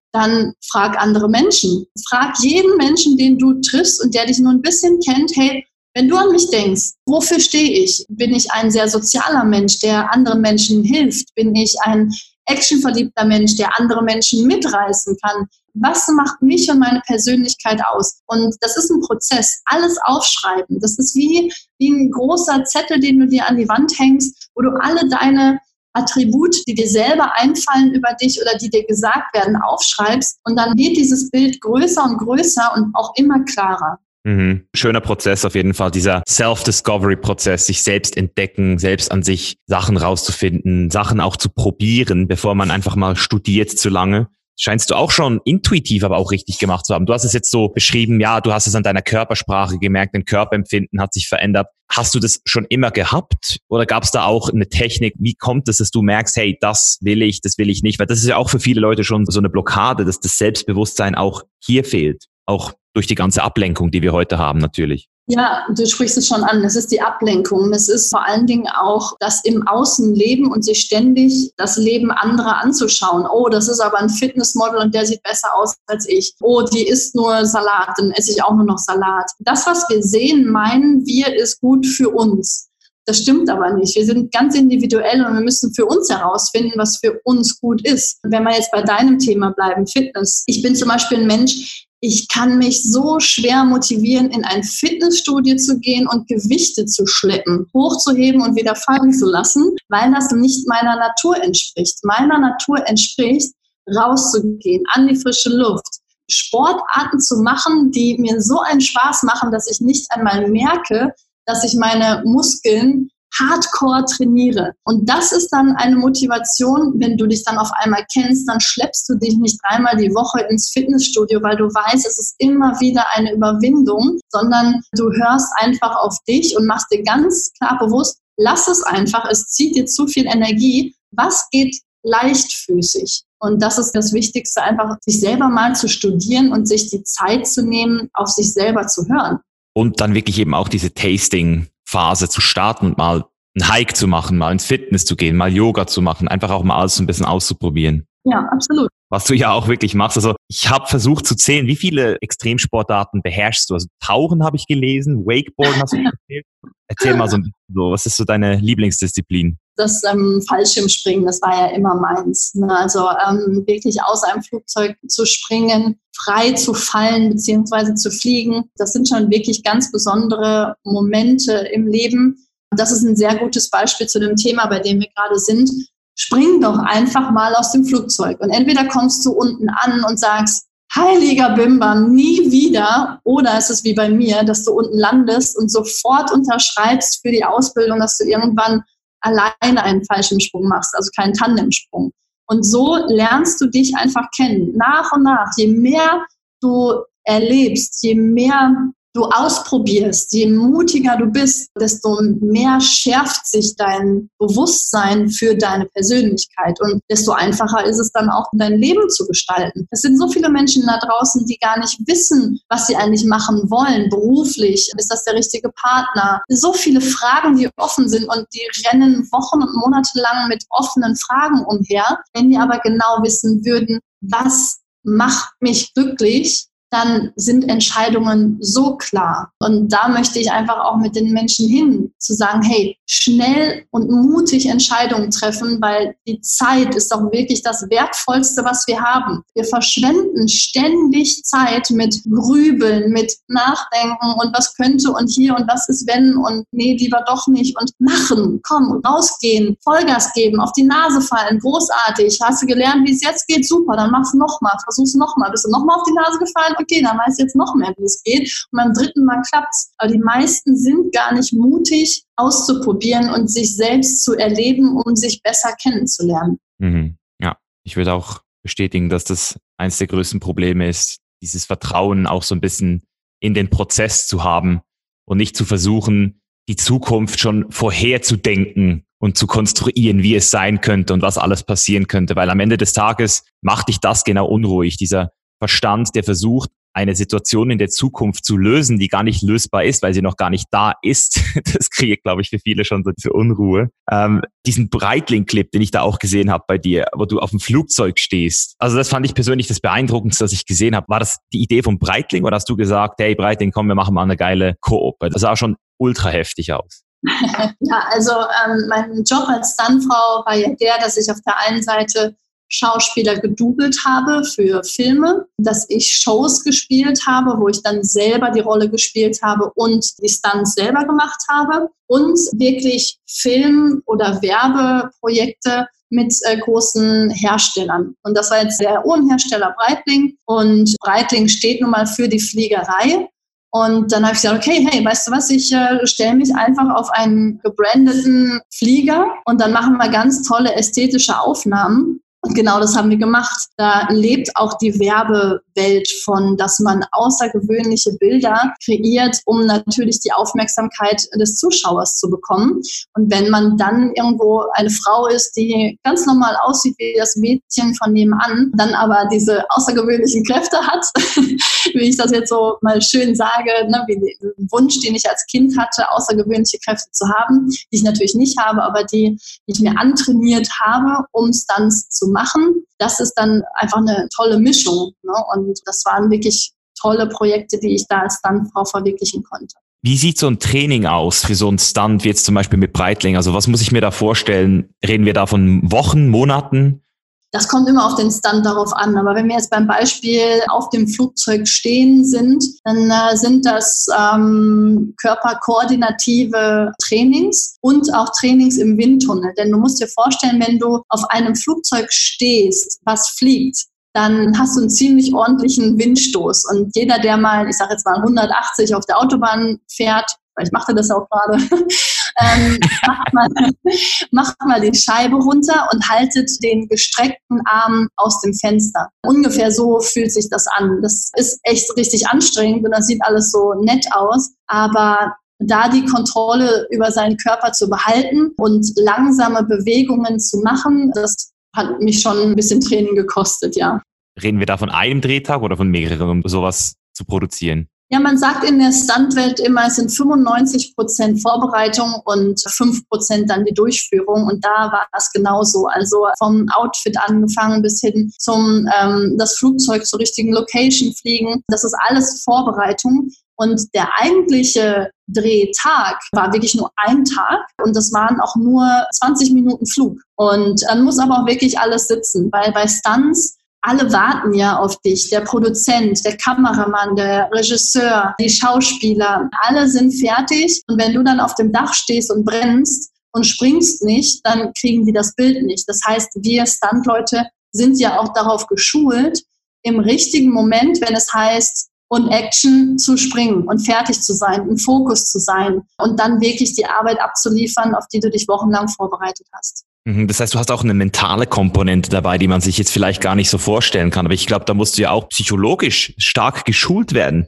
dann frag andere Menschen. Frag jeden Menschen, den du triffst und der dich nur ein bisschen kennt, hey, wenn du an mich denkst, wofür stehe ich? Bin ich ein sehr sozialer Mensch, der anderen Menschen hilft? Bin ich ein actionverliebter Mensch, der andere Menschen mitreißen kann? Was macht mich und meine Persönlichkeit aus? Und das ist ein Prozess. Alles aufschreiben. Das ist wie, wie ein großer Zettel, den du dir an die Wand hängst, wo du alle deine Attribute, die dir selber einfallen über dich oder die dir gesagt werden, aufschreibst. Und dann wird dieses Bild größer und größer und auch immer klarer. Mhm. Schöner Prozess auf jeden Fall, dieser Self-Discovery-Prozess, sich selbst entdecken, selbst an sich Sachen rauszufinden, Sachen auch zu probieren, bevor man einfach mal studiert zu lange. Scheinst du auch schon intuitiv, aber auch richtig gemacht zu haben. Du hast es jetzt so beschrieben, ja, du hast es an deiner Körpersprache gemerkt, dein Körperempfinden hat sich verändert. Hast du das schon immer gehabt oder gab es da auch eine Technik? Wie kommt es, dass du merkst, hey, das will ich, das will ich nicht? Weil das ist ja auch für viele Leute schon so eine Blockade, dass das Selbstbewusstsein auch hier fehlt. Auch durch die ganze Ablenkung, die wir heute haben natürlich. Ja, du sprichst es schon an. Es ist die Ablenkung. Es ist vor allen Dingen auch das im Außen leben und sich ständig das Leben anderer anzuschauen. Oh, das ist aber ein Fitnessmodel und der sieht besser aus als ich. Oh, die isst nur Salat, dann esse ich auch nur noch Salat. Das, was wir sehen, meinen wir, ist gut für uns. Das stimmt aber nicht. Wir sind ganz individuell und wir müssen für uns herausfinden, was für uns gut ist. Wenn wir jetzt bei deinem Thema bleiben, Fitness. Ich bin zum Beispiel ein Mensch, ich kann mich so schwer motivieren, in ein Fitnessstudio zu gehen und Gewichte zu schleppen, hochzuheben und wieder fallen zu lassen, weil das nicht meiner Natur entspricht. Meiner Natur entspricht, rauszugehen, an die frische Luft, Sportarten zu machen, die mir so einen Spaß machen, dass ich nicht einmal merke, dass ich meine Muskeln hardcore trainiere. Und das ist dann eine Motivation, wenn du dich dann auf einmal kennst, dann schleppst du dich nicht dreimal die Woche ins Fitnessstudio, weil du weißt, es ist immer wieder eine Überwindung, sondern du hörst einfach auf dich und machst dir ganz klar bewusst, lass es einfach, es zieht dir zu viel Energie. Was geht leichtfüßig? Und das ist das Wichtigste, einfach sich selber mal zu studieren und sich die Zeit zu nehmen, auf sich selber zu hören. Und dann wirklich eben auch diese Tasting-Phase zu starten und mal einen Hike zu machen, mal ins Fitness zu gehen, mal Yoga zu machen, einfach auch mal alles so ein bisschen auszuprobieren. Ja, absolut. Was du ja auch wirklich machst. Also ich habe versucht zu zählen, wie viele Extremsportarten beherrschst du? Also Tauchen habe ich gelesen, Wakeboarden hast du erzählt. Erzähl mal so ein bisschen so, was ist so deine Lieblingsdisziplin? Das ähm, Fallschirmspringen, das war ja immer meins. Ne? Also ähm, wirklich aus einem Flugzeug zu springen, frei zu fallen bzw. zu fliegen, das sind schon wirklich ganz besondere Momente im Leben. Das ist ein sehr gutes Beispiel zu dem Thema, bei dem wir gerade sind. Spring doch einfach mal aus dem Flugzeug und entweder kommst du unten an und sagst, heiliger Bimbam, nie wieder. Oder es ist wie bei mir, dass du unten landest und sofort unterschreibst für die Ausbildung, dass du irgendwann alleine einen Fallschirmsprung machst, also keinen Tandemsprung. Und so lernst du dich einfach kennen. Nach und nach, je mehr du erlebst, je mehr du ausprobierst, je mutiger du bist, desto mehr schärft sich dein Bewusstsein für deine Persönlichkeit und desto einfacher ist es dann auch, dein Leben zu gestalten. Es sind so viele Menschen da draußen, die gar nicht wissen, was sie eigentlich machen wollen, beruflich. Ist das der richtige Partner? So viele Fragen, die offen sind und die rennen Wochen und Monate lang mit offenen Fragen umher. Wenn die aber genau wissen würden, was macht mich glücklich, dann sind Entscheidungen so klar. Und da möchte ich einfach auch mit den Menschen hin, zu sagen, hey, schnell und mutig Entscheidungen treffen, weil die Zeit ist doch wirklich das Wertvollste, was wir haben. Wir verschwenden ständig Zeit mit Grübeln, mit Nachdenken und was könnte und hier und was ist wenn und nee, lieber doch nicht und machen, komm, rausgehen, Vollgas geben, auf die Nase fallen, großartig. Hast du gelernt, wie es jetzt geht? Super, dann mach's nochmal, versuch's nochmal. Bist du nochmal auf die Nase gefallen? Okay, dann weiß jetzt noch mehr, wie es geht. Und beim dritten Mal klappt's. Aber die meisten sind gar nicht mutig, auszuprobieren und sich selbst zu erleben, um sich besser kennenzulernen. Mhm. Ja, ich würde auch bestätigen, dass das eines der größten Probleme ist, dieses Vertrauen auch so ein bisschen in den Prozess zu haben und nicht zu versuchen, die Zukunft schon vorherzudenken und zu konstruieren, wie es sein könnte und was alles passieren könnte. Weil am Ende des Tages macht dich das genau unruhig, dieser Verstand, der versucht, eine Situation in der Zukunft zu lösen, die gar nicht lösbar ist, weil sie noch gar nicht da ist. Das kriegt, glaube ich, für viele schon so diese Unruhe. Ähm, diesen Breitling-Clip, den ich da auch gesehen habe bei dir, wo du auf dem Flugzeug stehst. Also das fand ich persönlich das Beeindruckendste, was ich gesehen habe. War das die Idee von Breitling oder hast du gesagt, hey Breitling, komm, wir machen mal eine geile Koop? Das sah schon ultra heftig aus. Ja, also ähm, mein Job als Stuntfrau war ja der, dass ich auf der einen Seite Schauspieler gedoubelt habe für Filme, dass ich Shows gespielt habe, wo ich dann selber die Rolle gespielt habe und die Stunts selber gemacht habe und wirklich Film- oder Werbeprojekte mit äh, großen Herstellern. Und das war jetzt der Uhrenhersteller Breitling und Breitling steht nun mal für die Fliegerei. Und dann habe ich gesagt, okay, hey, weißt du was, ich äh, stelle mich einfach auf einen gebrandeten Flieger und dann machen wir ganz tolle ästhetische Aufnahmen. Und genau das haben wir gemacht. Da lebt auch die Werbewelt von, dass man außergewöhnliche Bilder kreiert, um natürlich die Aufmerksamkeit des Zuschauers zu bekommen. Und wenn man dann irgendwo eine Frau ist, die ganz normal aussieht wie das Mädchen von nebenan, dann aber diese außergewöhnlichen Kräfte hat, wie ich das jetzt so mal schön sage, ne, wie den Wunsch, den ich als Kind hatte, außergewöhnliche Kräfte zu haben, die ich natürlich nicht habe, aber die, die ich mir antrainiert habe, um Stunts zu machen. Das ist dann einfach eine tolle Mischung. Ne? Und das waren wirklich tolle Projekte, die ich da als Stuntfrau verwirklichen konnte. Wie sieht so ein Training aus für so einen Stunt, wie jetzt zum Beispiel mit Breitling? Also was muss ich mir da vorstellen? Reden wir da von Wochen, Monaten? Das kommt immer auf den Stunt darauf an. Aber wenn wir jetzt beim Beispiel auf dem Flugzeug stehen sind, dann äh, sind das ähm, körperkoordinative Trainings und auch Trainings im Windtunnel. Denn du musst dir vorstellen, wenn du auf einem Flugzeug stehst, was fliegt, dann hast du einen ziemlich ordentlichen Windstoß. Und jeder, der mal, ich sage jetzt mal hundertachtzig auf der Autobahn fährt, vielleicht macht er das auch gerade, ähm, macht, mal, macht mal die Scheibe runter und haltet den gestreckten Arm aus dem Fenster. Ungefähr so fühlt sich das an. Das ist echt richtig anstrengend und das sieht alles so nett aus, aber da die Kontrolle über seinen Körper zu behalten und langsame Bewegungen zu machen, das hat mich schon ein bisschen Training gekostet, ja. Reden wir da von einem Drehtag oder von mehreren, um sowas zu produzieren? Ja, man sagt in der Stuntwelt immer, es sind fünfundneunzig Prozent Vorbereitung und fünf Prozent dann die Durchführung. Und da war es genauso. Also vom Outfit angefangen bis hin zum ähm, das Flugzeug zur richtigen Location fliegen. Das ist alles Vorbereitung. Und der eigentliche Drehtag war wirklich nur ein Tag und das waren auch nur zwanzig Minuten Flug. Und dann muss aber auch wirklich alles sitzen, weil bei Stunts alle warten ja auf dich, der Produzent, der Kameramann, der Regisseur, die Schauspieler, alle sind fertig. Und wenn du dann auf dem Dach stehst und brennst und springst nicht, dann kriegen die das Bild nicht. Das heißt, wir Stuntleute sind ja auch darauf geschult, im richtigen Moment, wenn es heißt, und Action zu springen und fertig zu sein, im Fokus zu sein und dann wirklich die Arbeit abzuliefern, auf die du dich wochenlang vorbereitet hast. Das heißt, du hast auch eine mentale Komponente dabei, die man sich jetzt vielleicht gar nicht so vorstellen kann. Aber ich glaube, da musst du ja auch psychologisch stark geschult werden.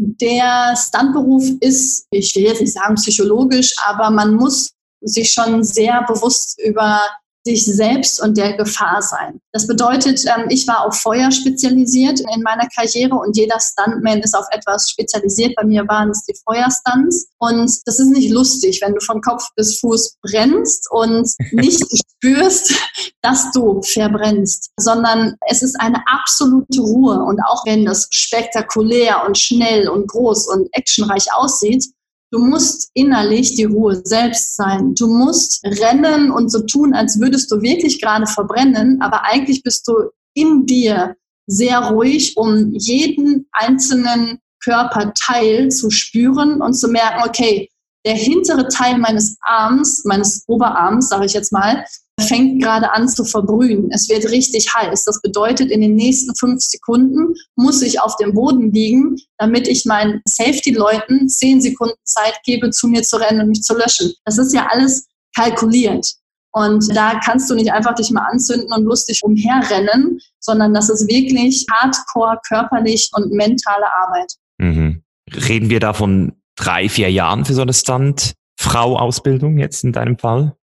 Der Stuntberuf ist, ich will jetzt nicht sagen psychologisch, aber man muss sich schon sehr bewusst über sich selbst und der Gefahr sein. Das bedeutet, ich war auf Feuer spezialisiert in meiner Karriere und jeder Stuntman ist auf etwas spezialisiert. Bei mir waren es die Feuerstunts und das ist nicht lustig, wenn du von Kopf bis Fuß brennst und nicht spürst, dass du verbrennst, sondern es ist eine absolute Ruhe und auch wenn das spektakulär und schnell und groß und actionreich aussieht, du musst innerlich die Ruhe selbst sein. Du musst rennen und so tun, als würdest du wirklich gerade verbrennen, aber eigentlich bist du in dir sehr ruhig, um jeden einzelnen Körperteil zu spüren und zu merken, okay, der hintere Teil meines Arms, meines Oberarms, sage ich jetzt mal, fängt gerade an zu verbrühen. Es wird richtig heiß. Das bedeutet, in den nächsten fünf Sekunden muss ich auf dem Boden liegen, damit ich meinen Safety-Leuten zehn Sekunden Zeit gebe, zu mir zu rennen und mich zu löschen. Das ist ja alles kalkuliert. Und da kannst du nicht einfach dich mal anzünden und lustig umherrennen, sondern das ist wirklich hardcore, körperlich und mentale Arbeit. Mhm. Reden wir da von drei, vier Jahren für so eine Stunt-Frau-Ausbildung jetzt in deinem Fall?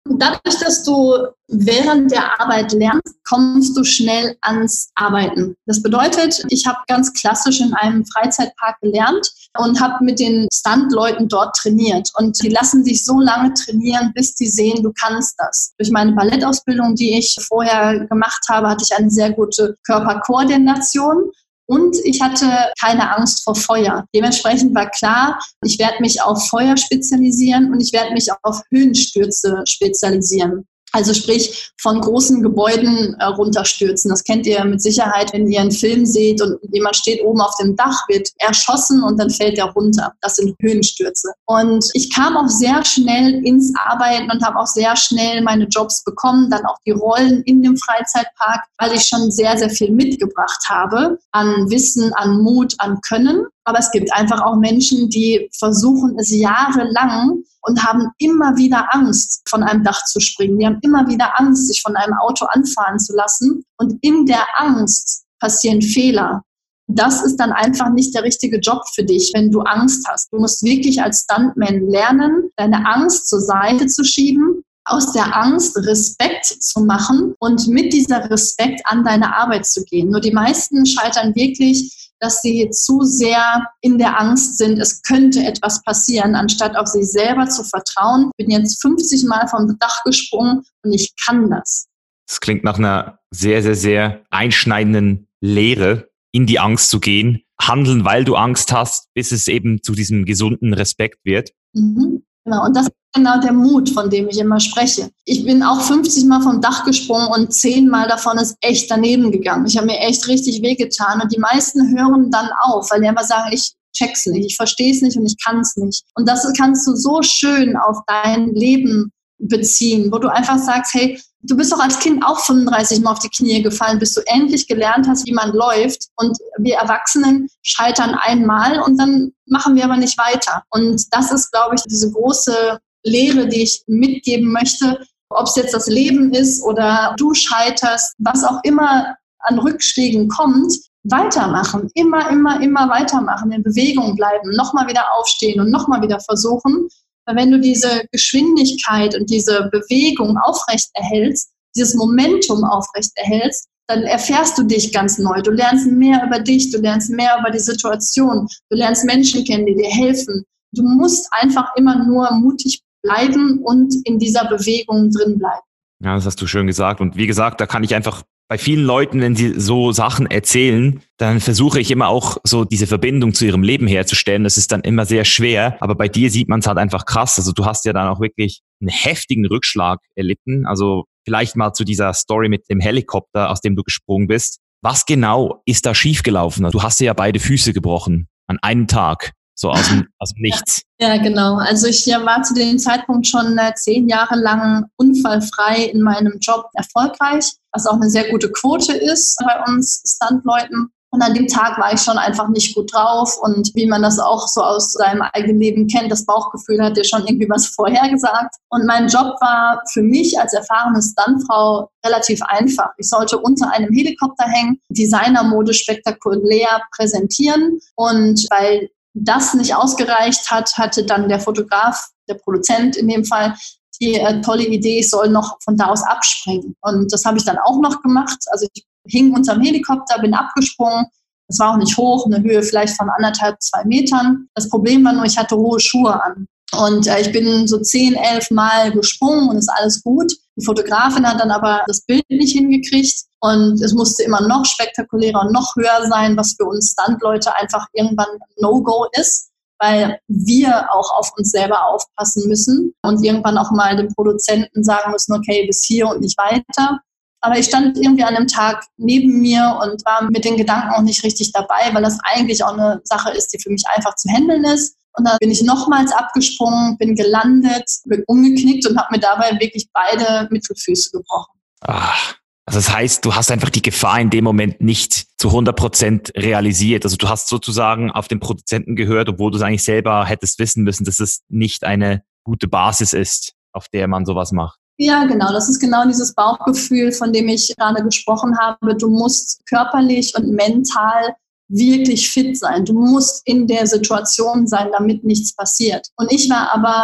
Dadurch, dass du während der Arbeit lernst, kommst du schnell ans Arbeiten. Das bedeutet, ich habe ganz klassisch in einem Freizeitpark gelernt und habe mit den Stuntleuten dort trainiert. Und die lassen sich so lange trainieren, bis die sehen, du kannst das. Durch meine Ballettausbildung, die ich vorher gemacht habe, hatte ich eine sehr gute Körperkoordination. Und ich hatte keine Angst vor Feuer. Dementsprechend war klar, ich werde mich auf Feuer spezialisieren und ich werde mich auf Höhenstürze spezialisieren. Also sprich, von großen Gebäuden äh, runterstürzen. Das kennt ihr mit Sicherheit, wenn ihr einen Film seht und jemand steht oben auf dem Dach, wird erschossen und dann fällt er runter. Das sind Höhenstürze. Und ich kam auch sehr schnell ins Arbeiten und habe auch sehr schnell meine Jobs bekommen, dann auch die Rollen in dem Freizeitpark, weil ich schon sehr, sehr viel mitgebracht habe an Wissen, an Mut, an Können. Aber es gibt einfach auch Menschen, die versuchen es jahrelang und haben immer wieder Angst, von einem Dach zu springen. Die haben immer wieder Angst, sich von einem Auto anfahren zu lassen. Und in der Angst passieren Fehler. Das ist dann einfach nicht der richtige Job für dich, wenn du Angst hast. Du musst wirklich als Stuntman lernen, deine Angst zur Seite zu schieben, aus der Angst Respekt zu machen und mit dieser Respekt an deine Arbeit zu gehen. Nur die meisten scheitern wirklich, dass sie zu sehr in der Angst sind, es könnte etwas passieren, anstatt auf sich selber zu vertrauen. Ich bin jetzt fünfzig Mal vom Dach gesprungen und ich kann das. Das klingt nach einer sehr, sehr, sehr einschneidenden Lehre, in die Angst zu gehen, handeln, weil du Angst hast, bis es eben zu diesem gesunden Respekt wird. Mhm. Genau, und das ist genau der Mut, von dem ich immer spreche. Ich bin auch fünfzig Mal vom Dach gesprungen und zehn Mal davon ist echt daneben gegangen. Ich habe mir echt richtig wehgetan und die meisten hören dann auf, weil die einfach sagen, ich check's nicht, ich verstehe es nicht und ich kann es nicht. Und das kannst du so schön auf dein Leben beziehen, wo du einfach sagst, hey, du bist doch als Kind auch fünfunddreißig Mal auf die Knie gefallen, bis du endlich gelernt hast, wie man läuft. Und wir Erwachsenen scheitern einmal und dann machen wir aber nicht weiter. Und das ist, glaube ich, diese große Lehre, die ich mitgeben möchte. Ob es jetzt das Leben ist oder du scheiterst, was auch immer an Rückschlägen kommt, weitermachen. Immer, immer, immer weitermachen, in Bewegung bleiben, nochmal wieder aufstehen und nochmal wieder versuchen. Weil wenn du diese Geschwindigkeit und diese Bewegung aufrecht erhältst, dieses Momentum aufrecht erhältst, dann erfährst du dich ganz neu. Du lernst mehr über dich, du lernst mehr über die Situation, du lernst Menschen kennen, die dir helfen. Du musst einfach immer nur mutig bleiben und in dieser Bewegung drin bleiben. Ja, das hast du schön gesagt. Und wie gesagt, da kann ich einfach bei vielen Leuten, wenn sie so Sachen erzählen, dann versuche ich immer auch so diese Verbindung zu ihrem Leben herzustellen. Das ist dann immer sehr schwer, aber bei dir sieht man es halt einfach krass. Also du hast ja dann auch wirklich einen heftigen Rückschlag erlitten. Also vielleicht mal zu dieser Story mit dem Helikopter, aus dem du gesprungen bist. Was genau ist da schiefgelaufen? Du hast dir ja beide Füße gebrochen an einem Tag. So aus dem, aus dem Nichts. Ja, genau. Also ich ja, war zu dem Zeitpunkt schon äh, zehn Jahre lang unfallfrei in meinem Job erfolgreich, was auch eine sehr gute Quote ist bei uns Stuntleuten. Und an dem Tag war ich schon einfach nicht gut drauf. Und wie man das auch so aus seinem eigenen Leben kennt, das Bauchgefühl hat dir schon irgendwie was vorhergesagt. Und mein Job war für mich als erfahrene Stuntfrau relativ einfach. Ich sollte unter einem Helikopter hängen, Designermode spektakulär präsentieren. Und weil das nicht ausgereicht hat, hatte dann der Fotograf, der Produzent in dem Fall, die äh, tolle Idee, ich soll noch von da aus abspringen. Und das habe ich dann auch noch gemacht. Also ich hing unterm Helikopter, bin abgesprungen. Das war auch nicht hoch, eine Höhe vielleicht von anderthalb, zwei Metern. Das Problem war nur, ich hatte hohe Schuhe an. Und äh, ich bin so zehn, elf Mal gesprungen und ist alles gut. Die Fotografin hat dann aber das Bild nicht hingekriegt. Und es musste immer noch spektakulärer und noch höher sein, was für uns Stuntleute einfach irgendwann No-Go ist, weil wir auch auf uns selber aufpassen müssen und irgendwann auch mal dem Produzenten sagen müssen, okay, bis hier und nicht weiter. Aber ich stand irgendwie an einem Tag neben mir und war mit den Gedanken auch nicht richtig dabei, weil das eigentlich auch eine Sache ist, die für mich einfach zu handeln ist. Und dann bin ich nochmals abgesprungen, bin gelandet, bin umgeknickt und habe mir dabei wirklich beide Mittelfüße gebrochen. Ach. Also das heißt, du hast einfach die Gefahr in dem Moment nicht zu hundert Prozent realisiert. Also du hast sozusagen auf den Produzenten gehört, obwohl du es eigentlich selber hättest wissen müssen, dass es nicht eine gute Basis ist, auf der man sowas macht. Ja, genau. Das ist genau dieses Bauchgefühl, von dem ich gerade gesprochen habe. Du musst körperlich und mental wirklich fit sein. Du musst in der Situation sein, damit nichts passiert. Und ich war aber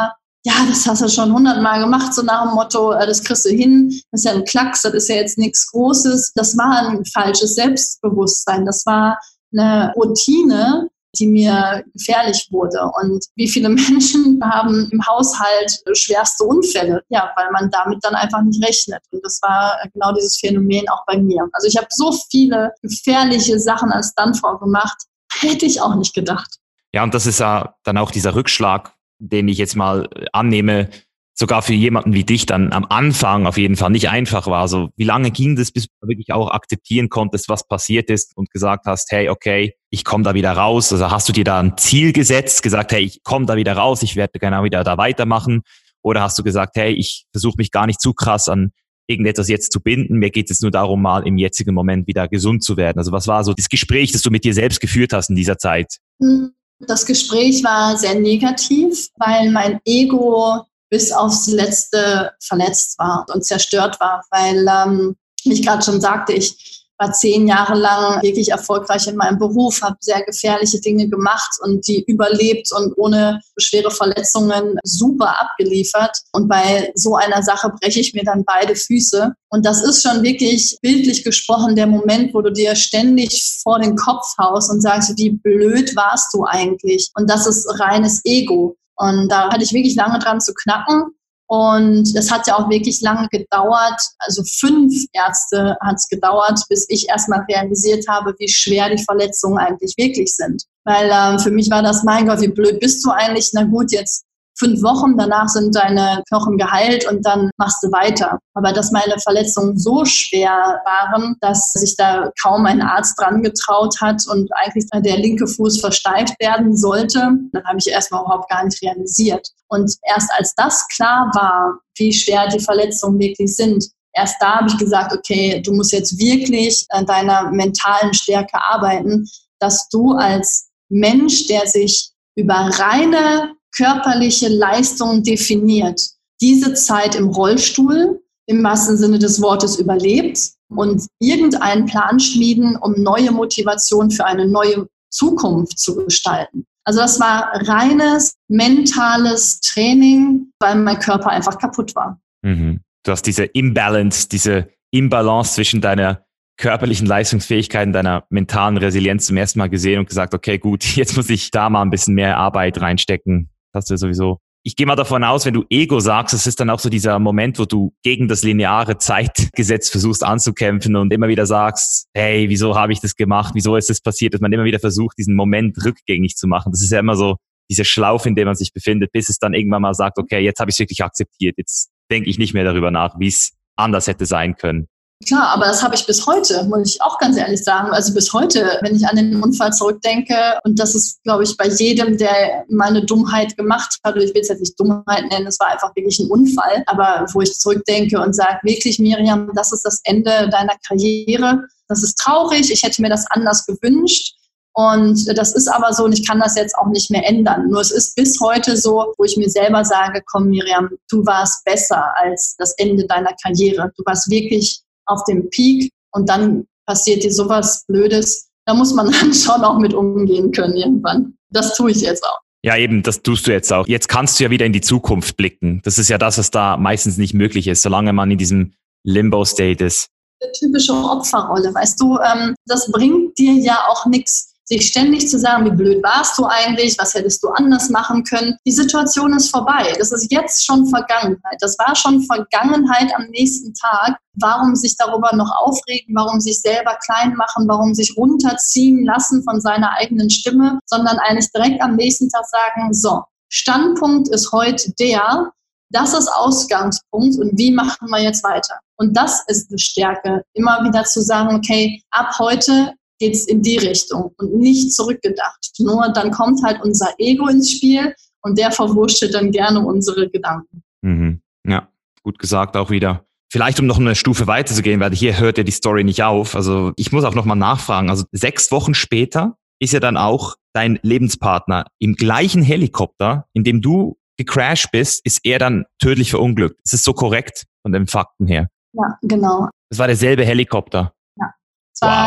ja, das hast du schon hundertmal gemacht, so nach dem Motto, das kriegst du hin, das ist ja ein Klacks, das ist ja jetzt nichts Großes. Das war ein falsches Selbstbewusstsein, das war eine Routine, die mir gefährlich wurde. Und wie viele Menschen haben im Haushalt schwerste Unfälle? Ja, weil man damit dann einfach nicht rechnet. Und das war genau dieses Phänomen auch bei mir. Also ich habe so viele gefährliche Sachen als Stuntfrau gemacht, hätte ich auch nicht gedacht. Ja, und das ist ja dann auch dieser Rückschlag, den ich jetzt mal annehme, sogar für jemanden wie dich dann am Anfang auf jeden Fall nicht einfach war. Also wie lange ging das, bis du wirklich auch akzeptieren konntest, was passiert ist und gesagt hast, hey, okay, ich komme da wieder raus. Also hast du dir da ein Ziel gesetzt, gesagt, hey, ich komme da wieder raus, ich werde genau wieder da weitermachen? Oder hast du gesagt, hey, ich versuche mich gar nicht zu krass an irgendetwas jetzt zu binden, mir geht es nur darum, mal im jetzigen Moment wieder gesund zu werden? Also was war so das Gespräch, das du mit dir selbst geführt hast in dieser Zeit? Das Gespräch war sehr negativ, weil mein Ego bis aufs Letzte verletzt war und zerstört war, weil, ähm, wie ich gerade schon sagte, ich war zehn Jahre lang wirklich erfolgreich in meinem Beruf, habe sehr gefährliche Dinge gemacht und die überlebt und ohne schwere Verletzungen super abgeliefert. Und bei so einer Sache breche ich mir dann beide Füße. Und das ist schon wirklich bildlich gesprochen der Moment, wo du dir ständig vor den Kopf haust und sagst, wie blöd warst du eigentlich? Und das ist reines Ego. Und da hatte ich wirklich lange dran zu knacken. Und es hat ja auch wirklich lange gedauert, also fünf Ärzte hat es gedauert, bis ich erstmal realisiert habe, wie schwer die Verletzungen eigentlich wirklich sind. Weil ähm, für mich war das, mein Gott, wie blöd bist du eigentlich? Na gut, jetzt fünf Wochen, danach sind deine Knochen geheilt und dann machst du weiter. Aber dass meine Verletzungen so schwer waren, dass sich da kaum ein Arzt dran getraut hat und eigentlich der linke Fuß versteift werden sollte, dann habe ich erstmal überhaupt gar nicht realisiert. Und erst als das klar war, wie schwer die Verletzungen wirklich sind, erst da habe ich gesagt, okay, du musst jetzt wirklich an deiner mentalen Stärke arbeiten, dass du als Mensch, der sich über reine körperliche Leistung definiert, diese Zeit im Rollstuhl im wahrsten Sinne des Wortes überlebt und irgendeinen Plan schmieden, um neue Motivation für eine neue Zukunft zu gestalten. Also das war reines mentales Training, weil mein Körper einfach kaputt war. Mhm. Du hast diese Imbalance, diese Imbalance zwischen deiner körperlichen Leistungsfähigkeit und deiner mentalen Resilienz zum ersten Mal gesehen und gesagt, okay, gut, jetzt muss ich da mal ein bisschen mehr Arbeit reinstecken. Das hast du sowieso. Ich gehe mal davon aus, wenn du Ego sagst, es ist dann auch so dieser Moment, wo du gegen das lineare Zeitgesetz versuchst anzukämpfen und immer wieder sagst, hey, wieso habe ich das gemacht? Wieso ist das passiert? Dass man immer wieder versucht, diesen Moment rückgängig zu machen. Das ist ja immer so diese Schlaufe, in der man sich befindet, bis es dann irgendwann mal sagt, okay, jetzt habe ich es wirklich akzeptiert. Jetzt denke ich nicht mehr darüber nach, wie es anders hätte sein können. Klar, aber das habe ich bis heute, muss ich auch ganz ehrlich sagen. Also bis heute, wenn ich an den Unfall zurückdenke, und das ist, glaube ich, bei jedem, der mal eine Dummheit gemacht hat, oder ich will es jetzt nicht Dummheit nennen, es war einfach wirklich ein Unfall, aber wo ich zurückdenke und sage, wirklich, Miriam, das ist das Ende deiner Karriere, das ist traurig, ich hätte mir das anders gewünscht. Und das ist aber so und ich kann das jetzt auch nicht mehr ändern. Nur es ist bis heute so, wo ich mir selber sage, komm Miriam, du warst besser als das Ende deiner Karriere. Du warst wirklich auf dem Peak und dann passiert dir sowas Blödes. Da muss man dann schon auch mit umgehen können irgendwann. Das tue ich jetzt auch. Ja, eben, das tust du jetzt auch. Jetzt kannst du ja wieder in die Zukunft blicken. Das ist ja das, was da meistens nicht möglich ist, solange man in diesem Limbo-State ist. Die typische Opferrolle, weißt du, ähm, das bringt dir ja auch nichts, sich ständig zu sagen, wie blöd warst du eigentlich, was hättest du anders machen können. Die Situation ist vorbei. Das ist jetzt schon Vergangenheit. Das war schon Vergangenheit am nächsten Tag. Warum sich darüber noch aufregen, warum sich selber klein machen, warum sich runterziehen lassen von seiner eigenen Stimme, sondern eigentlich direkt am nächsten Tag sagen, so, Standpunkt ist heute der, das ist Ausgangspunkt und wie machen wir jetzt weiter? Und das ist eine Stärke, immer wieder zu sagen, okay, ab heute geht es in die Richtung und nicht zurückgedacht. Nur dann kommt halt unser Ego ins Spiel und der verwurschtelt dann gerne unsere Gedanken. Mhm. Ja, gut gesagt auch wieder. Vielleicht, um noch eine Stufe weiter zu gehen, weil hier hört ja die Story nicht auf. Also ich muss auch nochmal nachfragen. Also sechs Wochen später ist ja dann auch dein Lebenspartner im gleichen Helikopter, in dem du gecrashed bist, ist er dann tödlich verunglückt. Ist es so korrekt von den Fakten her? Ja, genau. Es war derselbe Helikopter. Ja, es war wow. der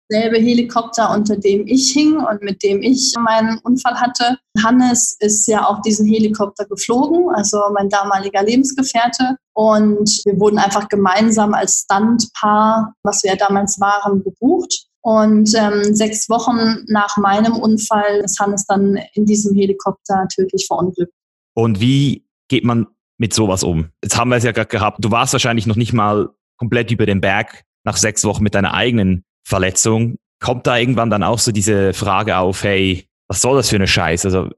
selbe Helikopter, unter dem ich hing und mit dem ich meinen Unfall hatte. Hannes ist ja auch diesen Helikopter geflogen, also mein damaliger Lebensgefährte. Und wir wurden einfach gemeinsam als Stuntpaar, was wir ja damals waren, gebucht. Und ähm, sechs Wochen nach meinem Unfall ist Hannes dann in diesem Helikopter tödlich verunglückt. Und wie geht man mit sowas um? Jetzt haben wir es ja gerade gehabt. Du warst wahrscheinlich noch nicht mal komplett über den Berg nach sechs Wochen mit deiner eigenen Verletzung. Kommt da irgendwann dann auch so diese Frage auf, hey, was soll das für eine Scheiße? Also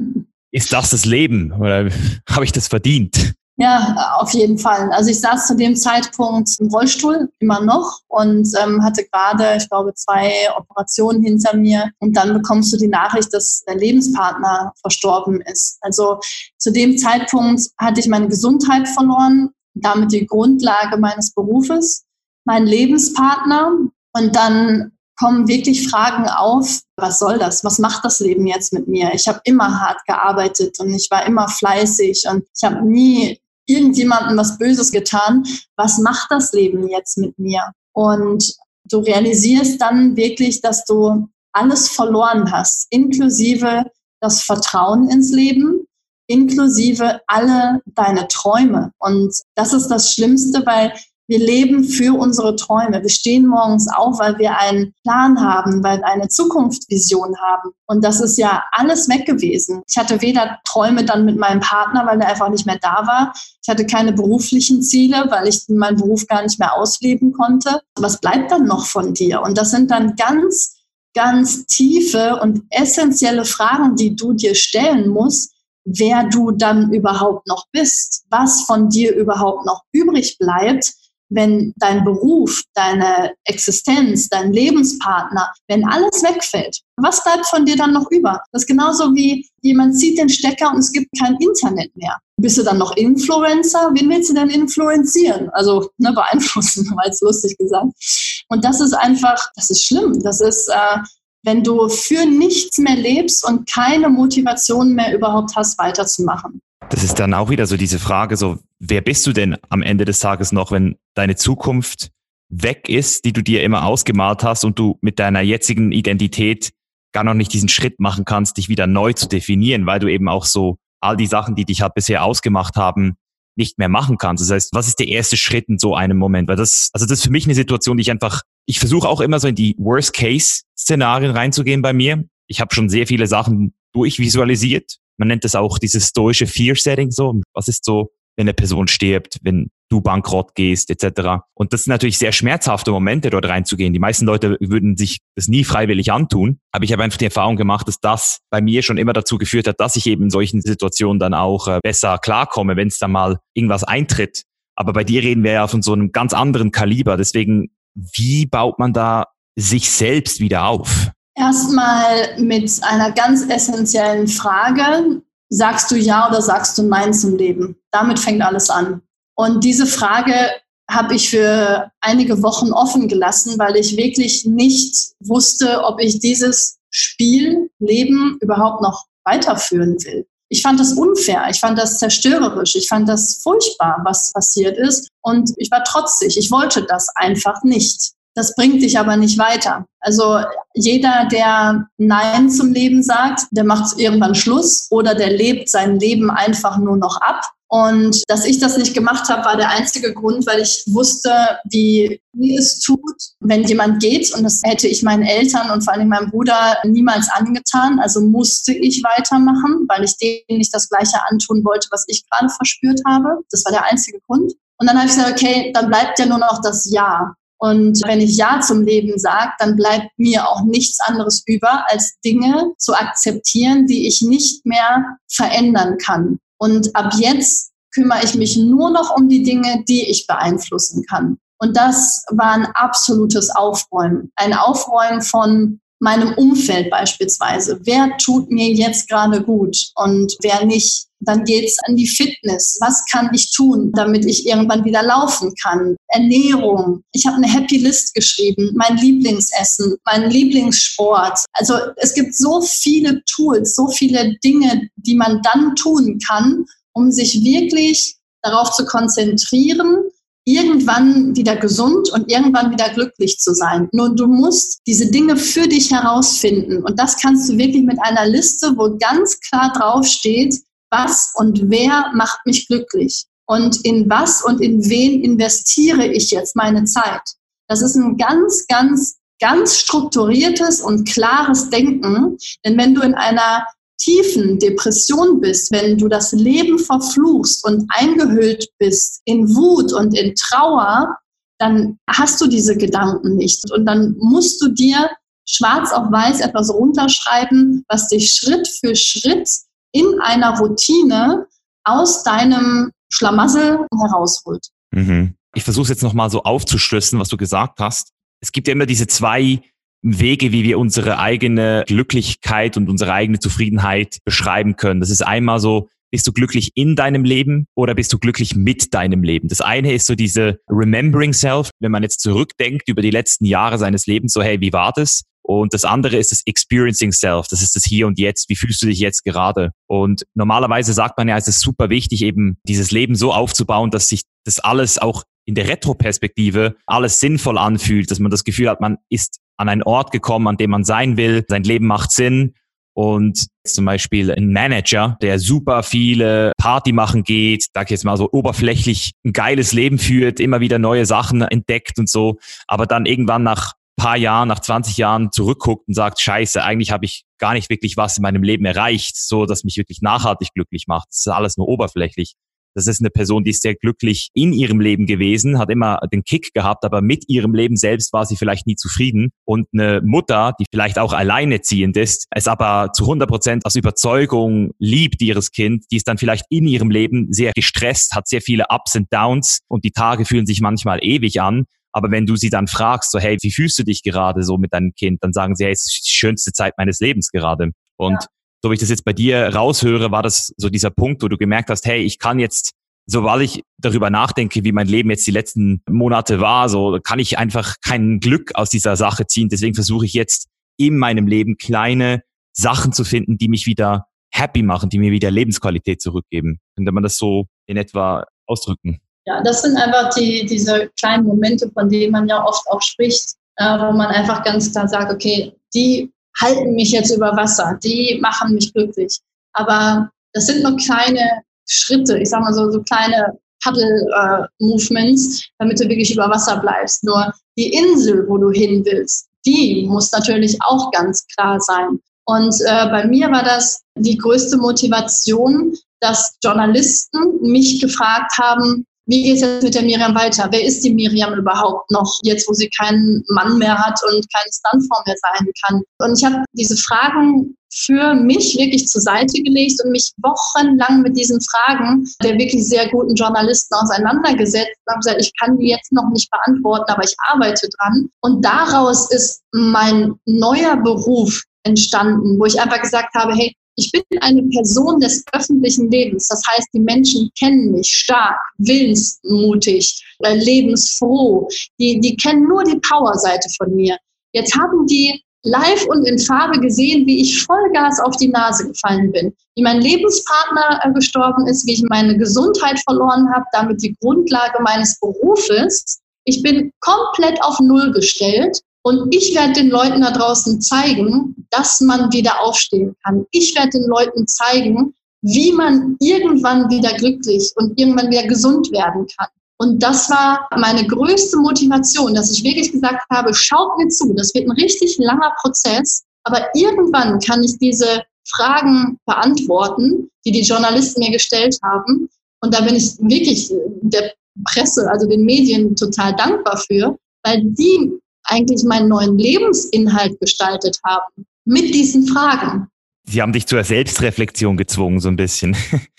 ist das das Leben oder habe ich das verdient? Ja, auf jeden Fall. Also ich saß zu dem Zeitpunkt im Rollstuhl, immer noch, und ähm, hatte gerade, ich glaube, zwei Operationen hinter mir. Und dann bekommst du die Nachricht, dass der Lebenspartner verstorben ist. Also zu dem Zeitpunkt hatte ich meine Gesundheit verloren, damit die Grundlage meines Berufes, meinen Lebenspartner. Und dann kommen wirklich Fragen auf, was soll das? Was macht das Leben jetzt mit mir? Ich habe immer hart gearbeitet und ich war immer fleißig und ich habe nie irgendjemandem was Böses getan. Was macht das Leben jetzt mit mir? Und du realisierst dann wirklich, dass du alles verloren hast, inklusive das Vertrauen ins Leben, inklusive alle deine Träume. Und das ist das Schlimmste, weil wir leben für unsere Träume. Wir stehen morgens auf, weil wir einen Plan haben, weil wir eine Zukunftsvision haben. Und das ist ja alles weg gewesen. Ich hatte weder Träume dann mit meinem Partner, weil er einfach nicht mehr da war. Ich hatte keine beruflichen Ziele, weil ich meinen Beruf gar nicht mehr ausleben konnte. Was bleibt dann noch von dir? Und das sind dann ganz, ganz tiefe und essentielle Fragen, die du dir stellen musst, wer du dann überhaupt noch bist, was von dir überhaupt noch übrig bleibt, wenn dein Beruf, deine Existenz, dein Lebenspartner, wenn alles wegfällt. Was bleibt von dir dann noch über? Das ist genauso wie jemand zieht den Stecker und es gibt kein Internet mehr. Bist du dann noch Influencer? Wen willst du denn influenzieren? Also ne, beeinflussen, war jetzt lustig gesagt. Und das ist einfach, das ist schlimm. Das ist, äh, wenn du für nichts mehr lebst und keine Motivation mehr überhaupt hast, weiterzumachen. Das ist dann auch wieder so diese Frage, so, wer bist du denn am Ende des Tages noch, wenn deine Zukunft weg ist, die du dir immer ausgemalt hast und du mit deiner jetzigen Identität gar noch nicht diesen Schritt machen kannst, dich wieder neu zu definieren, weil du eben auch so all die Sachen, die dich halt bisher ausgemacht haben, nicht mehr machen kannst. Das heißt, was ist der erste Schritt in so einem Moment? Weil das, also das ist für mich eine Situation, die ich einfach, ich versuche auch immer so in die Worst-Case-Szenarien reinzugehen bei mir. Ich habe schon sehr viele Sachen durchvisualisiert. Man nennt das auch dieses stoische Fear-Setting so. Was ist so, wenn eine Person stirbt, wenn du bankrott gehst, et cetera. Und das sind natürlich sehr schmerzhafte Momente, dort reinzugehen. Die meisten Leute würden sich das nie freiwillig antun. Aber ich habe einfach die Erfahrung gemacht, dass das bei mir schon immer dazu geführt hat, dass ich eben in solchen Situationen dann auch äh, besser klarkomme, wenn es dann mal irgendwas eintritt. Aber bei dir reden wir ja von so einem ganz anderen Kaliber. Deswegen, wie baut man da sich selbst wieder auf? Erstmal mit einer ganz essentiellen Frage. Sagst du Ja oder sagst du Nein zum Leben? Damit fängt alles an. Und diese Frage habe ich für einige Wochen offen gelassen, weil ich wirklich nicht wusste, ob ich dieses Spiel, Leben überhaupt noch weiterführen will. Ich fand das unfair, ich fand das zerstörerisch, ich fand das furchtbar, was passiert ist. Und ich war trotzig, ich wollte das einfach nicht. Das bringt dich aber nicht weiter. Also jeder, der Nein zum Leben sagt, der macht irgendwann Schluss oder der lebt sein Leben einfach nur noch ab. Und dass ich das nicht gemacht habe, war der einzige Grund, weil ich wusste, wie wie es tut, wenn jemand geht. Und das hätte ich meinen Eltern und vor allem meinem Bruder niemals angetan. Also musste ich weitermachen, weil ich denen nicht das Gleiche antun wollte, was ich gerade verspürt habe. Das war der einzige Grund. Und dann habe ich gesagt, okay, dann bleibt ja nur noch das Ja. Und wenn ich Ja zum Leben sage, dann bleibt mir auch nichts anderes über, als Dinge zu akzeptieren, die ich nicht mehr verändern kann. Und ab jetzt kümmere ich mich nur noch um die Dinge, die ich beeinflussen kann. Und das war ein absolutes Aufräumen. Ein Aufräumen von meinem Umfeld beispielsweise. Wer tut mir jetzt gerade gut und wer nicht? Dann geht's an die Fitness. Was kann ich tun, damit ich irgendwann wieder laufen kann? Ernährung. Ich habe eine Happy List geschrieben. Mein Lieblingsessen, mein Lieblingssport. Also es gibt so viele Tools, so viele Dinge, die man dann tun kann, um sich wirklich darauf zu konzentrieren, irgendwann wieder gesund und irgendwann wieder glücklich zu sein. Nur du musst diese Dinge für dich herausfinden. Und das kannst du wirklich mit einer Liste, wo ganz klar draufsteht, was und wer macht mich glücklich. Und in was und in wen investiere ich jetzt meine Zeit. Das ist ein ganz, ganz, ganz strukturiertes und klares Denken. Denn wenn du in einer tiefen Depression bist, wenn du das Leben verfluchst und eingehüllt bist in Wut und in Trauer, dann hast du diese Gedanken nicht. Und dann musst du dir schwarz auf weiß etwas runterschreiben, was dich Schritt für Schritt in einer Routine aus deinem Schlamassel herausholt. Mhm. Ich versuche es jetzt nochmal so aufzuschlüsseln, was du gesagt hast. Es gibt ja immer diese zwei Wege, wie wir unsere eigene Glücklichkeit und unsere eigene Zufriedenheit beschreiben können. Das ist einmal so, bist du glücklich in deinem Leben oder bist du glücklich mit deinem Leben? Das eine ist so diese Remembering Self, wenn man jetzt zurückdenkt über die letzten Jahre seines Lebens, so hey, wie war das? Und das andere ist das Experiencing Self, das ist das Hier und Jetzt. Wie fühlst du dich jetzt gerade? Und normalerweise sagt man ja, es ist super wichtig, eben dieses Leben so aufzubauen, dass sich das alles auch in der Retroperspektive alles sinnvoll anfühlt, dass man das Gefühl hat, man ist an einen Ort gekommen, an dem man sein will, sein Leben macht Sinn. Und zum Beispiel ein Manager, der super viele Party machen geht, sag ich jetzt mal so oberflächlich ein geiles Leben führt, immer wieder neue Sachen entdeckt und so, aber dann irgendwann nach ein paar Jahren, nach zwanzig Jahren zurückguckt und sagt, scheiße, eigentlich habe ich gar nicht wirklich was in meinem Leben erreicht, so dass mich wirklich nachhaltig glücklich macht. Das ist alles nur oberflächlich. Das ist eine Person, die ist sehr glücklich in ihrem Leben gewesen, hat immer den Kick gehabt, aber mit ihrem Leben selbst war sie vielleicht nie zufrieden. Und eine Mutter, die vielleicht auch alleinerziehend ist, es aber zu hundert Prozent aus Überzeugung liebt ihres Kind, die ist dann vielleicht in ihrem Leben sehr gestresst, hat sehr viele Ups und Downs und die Tage fühlen sich manchmal ewig an. Aber wenn du sie dann fragst, so hey, wie fühlst du dich gerade so mit deinem Kind, dann sagen sie, hey, es ist die schönste Zeit meines Lebens gerade. Und ja. So wie ich das jetzt bei dir raushöre, war das so dieser Punkt, wo du gemerkt hast, hey, ich kann jetzt, sobald ich darüber nachdenke, wie mein Leben jetzt die letzten Monate war, so kann ich einfach kein Glück aus dieser Sache ziehen. Deswegen versuche ich jetzt in meinem Leben kleine Sachen zu finden, die mich wieder happy machen, die mir wieder Lebensqualität zurückgeben. Könnte man das so in etwa ausdrücken? Ja, das sind einfach die, diese kleinen Momente, von denen man ja oft auch spricht, äh, wo man einfach ganz klar sagt, okay, die halten mich jetzt über Wasser, die machen mich glücklich. Aber das sind nur kleine Schritte, ich sag mal so, so kleine Paddle-Movements, äh, damit du wirklich über Wasser bleibst. Nur die Insel, wo du hin willst, die muss natürlich auch ganz klar sein. Und äh, bei mir war das die größte Motivation, dass Journalisten mich gefragt haben, wie geht es jetzt mit der Miriam weiter? Wer ist die Miriam überhaupt noch, jetzt wo sie keinen Mann mehr hat und keine Stuntfrau mehr sein kann? Und ich habe diese Fragen für mich wirklich zur Seite gelegt und mich wochenlang mit diesen Fragen der wirklich sehr guten Journalisten auseinandergesetzt und habe gesagt, ich kann die jetzt noch nicht beantworten, aber ich arbeite dran. Und daraus ist mein neuer Beruf entstanden, wo ich einfach gesagt habe, hey, ich bin eine Person des öffentlichen Lebens. Das heißt, die Menschen kennen mich stark, willensmutig, lebensfroh. Die, die kennen nur die Powerseite von mir. Jetzt haben die live und in Farbe gesehen, wie ich Vollgas auf die Nase gefallen bin, wie mein Lebenspartner gestorben ist, wie ich meine Gesundheit verloren habe, damit die Grundlage meines Berufes. Ich bin komplett auf Null gestellt. Und ich werde den Leuten da draußen zeigen, dass man wieder aufstehen kann. Ich werde den Leuten zeigen, wie man irgendwann wieder glücklich und irgendwann wieder gesund werden kann. Und das war meine größte Motivation, dass ich wirklich gesagt habe, schaut mir zu, das wird ein richtig langer Prozess, aber irgendwann kann ich diese Fragen beantworten, die die Journalisten mir gestellt haben. Und da bin ich wirklich der Presse, also den Medien total dankbar für, weil die eigentlich meinen neuen Lebensinhalt gestaltet haben mit diesen Fragen. Sie haben dich zur Selbstreflexion gezwungen, so ein bisschen.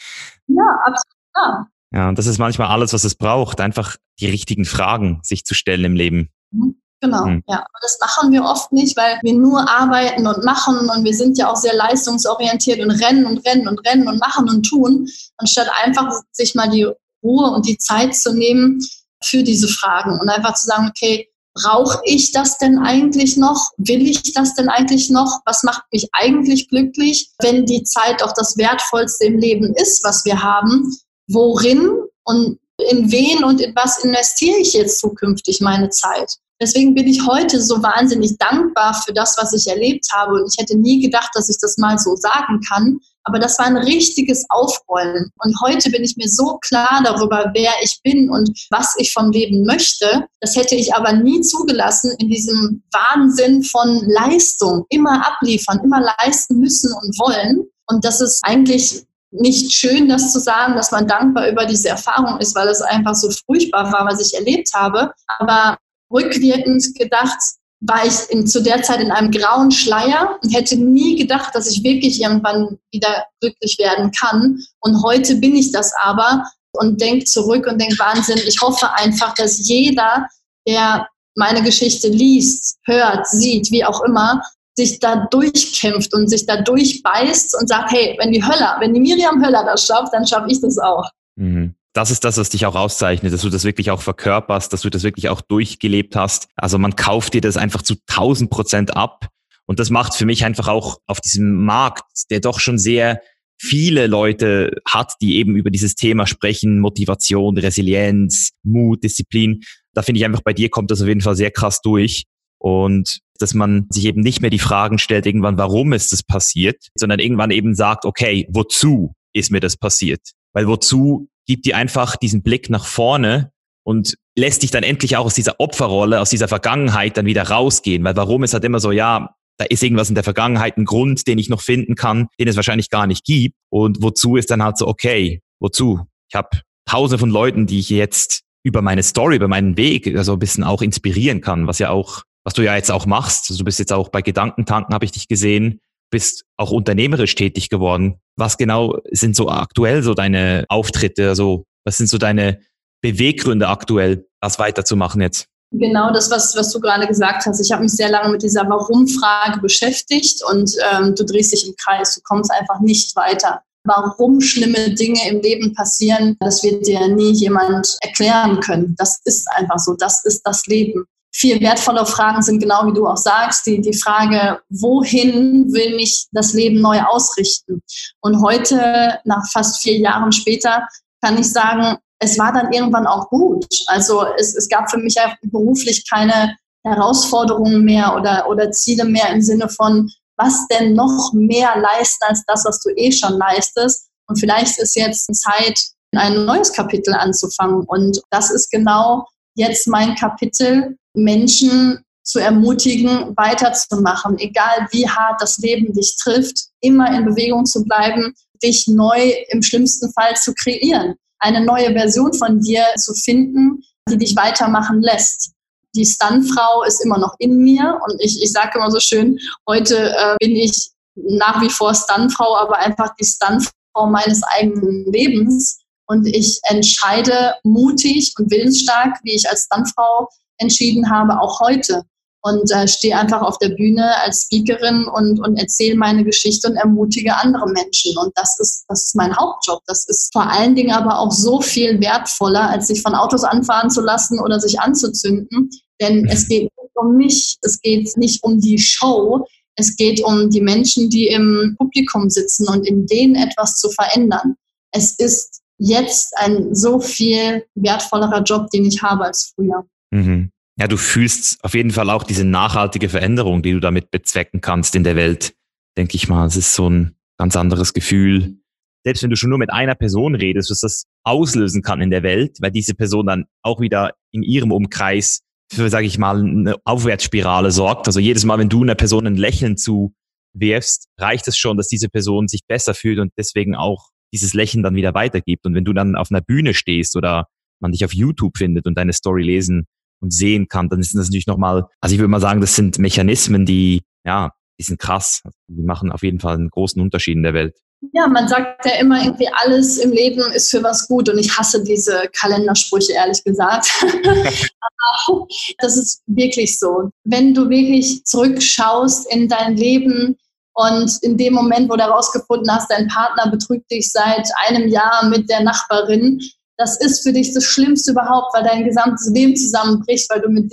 Ja, absolut. Ja. Ja, und das ist manchmal alles, was es braucht, einfach die richtigen Fragen sich zu stellen im Leben. Genau, mhm. Ja. Und das machen wir oft nicht, weil wir nur arbeiten und machen und wir sind ja auch sehr leistungsorientiert und rennen und rennen und rennen und machen und tun, anstatt einfach sich mal die Ruhe und die Zeit zu nehmen für diese Fragen und einfach zu sagen, okay, brauche ich das denn eigentlich noch? Will ich das denn eigentlich noch? Was macht mich eigentlich glücklich, wenn die Zeit auch das Wertvollste im Leben ist, was wir haben? Worin und in wen und in was investiere ich jetzt zukünftig meine Zeit? Deswegen bin ich heute so wahnsinnig dankbar für das, was ich erlebt habe. Und ich hätte nie gedacht, dass ich das mal so sagen kann. Aber das war ein richtiges Aufrollen. Und heute bin ich mir so klar darüber, wer ich bin und was ich vom Leben möchte. Das hätte ich aber nie zugelassen in diesem Wahnsinn von Leistung. Immer abliefern, immer leisten müssen und wollen. Und das ist eigentlich nicht schön, das zu sagen, dass man dankbar über diese Erfahrung ist, weil es einfach so furchtbar war, was ich erlebt habe. Aber rückwirkend gedacht, war ich in, zu der Zeit in einem grauen Schleier und hätte nie gedacht, dass ich wirklich irgendwann wieder glücklich werden kann. Und heute bin ich das aber und denke zurück und denke, Wahnsinn, ich hoffe einfach, dass jeder, der meine Geschichte liest, hört, sieht, wie auch immer, sich da durchkämpft und sich da durchbeißt und sagt, hey, wenn die Höller, wenn die Miriam Höller das schafft, dann schaffe ich das auch. Mhm. Das ist das, was dich auch auszeichnet, dass du das wirklich auch verkörperst, dass du das wirklich auch durchgelebt hast. Also man kauft dir das einfach zu tausend Prozent ab. Und das macht für mich einfach auch auf diesem Markt, der doch schon sehr viele Leute hat, die eben über dieses Thema sprechen, Motivation, Resilienz, Mut, Disziplin. Da finde ich einfach, bei dir kommt das auf jeden Fall sehr krass durch. Und dass man sich eben nicht mehr die Fragen stellt, irgendwann, warum ist das passiert, sondern irgendwann eben sagt, okay, wozu ist mir das passiert? Weil wozu gibt dir einfach diesen Blick nach vorne und lässt dich dann endlich auch aus dieser Opferrolle, aus dieser Vergangenheit dann wieder rausgehen. Weil warum ist halt immer so, ja, da ist irgendwas in der Vergangenheit, ein Grund, den ich noch finden kann, den es wahrscheinlich gar nicht gibt. Und wozu ist dann halt so, okay, wozu? Ich habe tausende von Leuten, die ich jetzt über meine Story, über meinen Weg, also ein bisschen auch inspirieren kann, was ja auch, was du ja jetzt auch machst. Also du bist jetzt auch bei Gedankentanken, habe ich dich gesehen, bist auch unternehmerisch tätig geworden. Was genau sind so aktuell so deine Auftritte? Also was sind so deine Beweggründe aktuell, das weiterzumachen jetzt? Genau das, was, was du gerade gesagt hast. Ich habe mich sehr lange mit dieser Warum-Frage beschäftigt und ähm, du drehst dich im Kreis. Du kommst einfach nicht weiter. Warum schlimme Dinge im Leben passieren, das wird dir nie jemand erklären können. Das ist einfach so. Das ist das Leben. Viel wertvolle Fragen sind genau wie du auch sagst, die, die Frage, wohin will mich das Leben neu ausrichten? Und heute, nach fast vier Jahren später, kann ich sagen, es war dann irgendwann auch gut. Also es, es gab für mich auch beruflich keine Herausforderungen mehr oder, oder Ziele mehr im Sinne von, was denn noch mehr leisten als das, was du eh schon leistest. Und vielleicht ist jetzt Zeit, ein neues Kapitel anzufangen. Und das ist genau jetzt mein Kapitel, Menschen zu ermutigen, weiterzumachen, egal wie hart das Leben dich trifft, immer in Bewegung zu bleiben, dich neu im schlimmsten Fall zu kreieren, eine neue Version von dir zu finden, die dich weitermachen lässt. Die Stuntfrau ist immer noch in mir und ich, ich sage immer so schön, heute äh, bin ich nach wie vor Stuntfrau, aber einfach die Stuntfrau meines eigenen Lebens. Und ich entscheide mutig und willensstark, wie ich als Stuntfrau entschieden habe, auch heute. Und äh, stehe einfach auf der Bühne als Speakerin und, und erzähle meine Geschichte und ermutige andere Menschen. Und das ist, das ist mein Hauptjob. Das ist vor allen Dingen aber auch so viel wertvoller, als sich von Autos anfahren zu lassen oder sich anzuzünden. Denn es geht nicht um mich, es geht nicht um die Show, es geht um die Menschen, die im Publikum sitzen und in denen etwas zu verändern. Es ist jetzt ein so viel wertvollerer Job, den ich habe als früher. Mhm. Ja, du fühlst auf jeden Fall auch diese nachhaltige Veränderung, die du damit bezwecken kannst in der Welt, denke ich mal. Es ist so ein ganz anderes Gefühl. Selbst wenn du schon nur mit einer Person redest, was das auslösen kann in der Welt, weil diese Person dann auch wieder in ihrem Umkreis für, sage ich mal, eine Aufwärtsspirale sorgt. Also jedes Mal, wenn du einer Person ein Lächeln zuwirfst, reicht es schon, dass diese Person sich besser fühlt und deswegen auch dieses Lächeln dann wieder weitergibt. Und wenn du dann auf einer Bühne stehst oder man dich auf YouTube findet und deine Story lesen und sehen kann, dann ist das natürlich nochmal, also ich würde mal sagen, das sind Mechanismen, die, ja, die sind krass. Die machen auf jeden Fall einen großen Unterschied in der Welt. Ja, man sagt ja immer irgendwie, alles im Leben ist für was gut und ich hasse diese Kalendersprüche, ehrlich gesagt. Aber das ist wirklich so. Wenn du wirklich zurückschaust in dein Leben und in dem Moment, wo du herausgefunden hast, dein Partner betrügt dich seit einem Jahr mit der Nachbarin, das ist für dich das Schlimmste überhaupt, weil dein gesamtes Leben zusammenbricht, weil du mit dem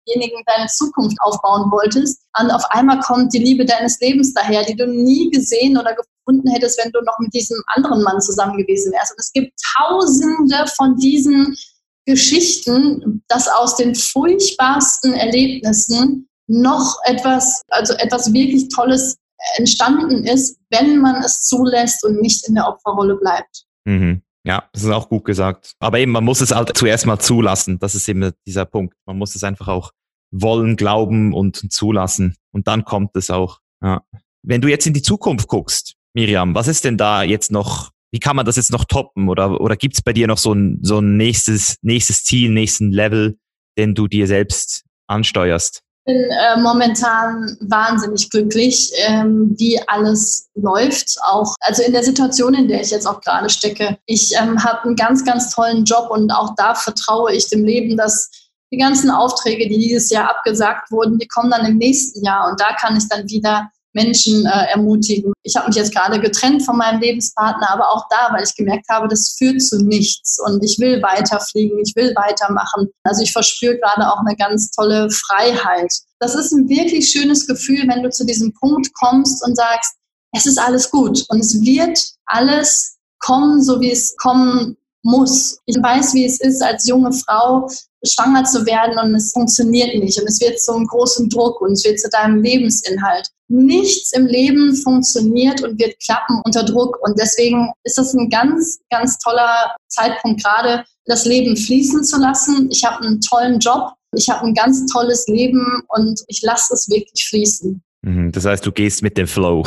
demjenigen deine Zukunft aufbauen wolltest. Und auf einmal kommt die Liebe deines Lebens daher, die du nie gesehen oder gefunden hättest, wenn du noch mit diesem anderen Mann zusammen gewesen wärst. Und es gibt tausende von diesen Geschichten, dass aus den furchtbarsten Erlebnissen noch etwas, also etwas wirklich Tolles entstanden ist, wenn man es zulässt und nicht in der Opferrolle bleibt. Mhm. Ja, das ist auch gut gesagt. Aber eben, man muss es halt zuerst mal zulassen. Das ist eben dieser Punkt. Man muss es einfach auch wollen, glauben und zulassen. Und dann kommt es auch. Ja. Wenn du jetzt in die Zukunft guckst, Miriam, was ist denn da jetzt noch, wie kann man das jetzt noch toppen? Oder, oder gibt es bei dir noch so ein, so ein nächstes, nächstes Ziel, nächsten Level, den du dir selbst ansteuerst? Ich bin äh, momentan wahnsinnig glücklich, ähm, wie alles läuft. Auch also in der Situation, in der ich jetzt auch gerade stecke. Ich ähm, habe einen ganz, ganz tollen Job und auch da vertraue ich dem Leben, dass die ganzen Aufträge, die dieses Jahr abgesagt wurden, die kommen dann im nächsten Jahr und da kann ich dann wieder Menschen äh, ermutigen. Ich habe mich jetzt gerade getrennt von meinem Lebenspartner, aber auch da, weil ich gemerkt habe, das führt zu nichts und ich will weiterfliegen, ich will weitermachen. Also ich verspüre gerade auch eine ganz tolle Freiheit. Das ist ein wirklich schönes Gefühl, wenn du zu diesem Punkt kommst und sagst, es ist alles gut und es wird alles kommen, so wie es kommen muss. Ich weiß, wie es ist, als junge Frau schwanger zu werden und es funktioniert nicht und es wird zu einem großen Druck und es wird zu deinem Lebensinhalt. Nichts im Leben funktioniert und wird klappen unter Druck und deswegen ist das ein ganz, ganz toller Zeitpunkt gerade, das Leben fließen zu lassen. Ich habe einen tollen Job, ich habe ein ganz tolles Leben und ich lasse es wirklich fließen. Das heißt, du gehst mit dem Flow.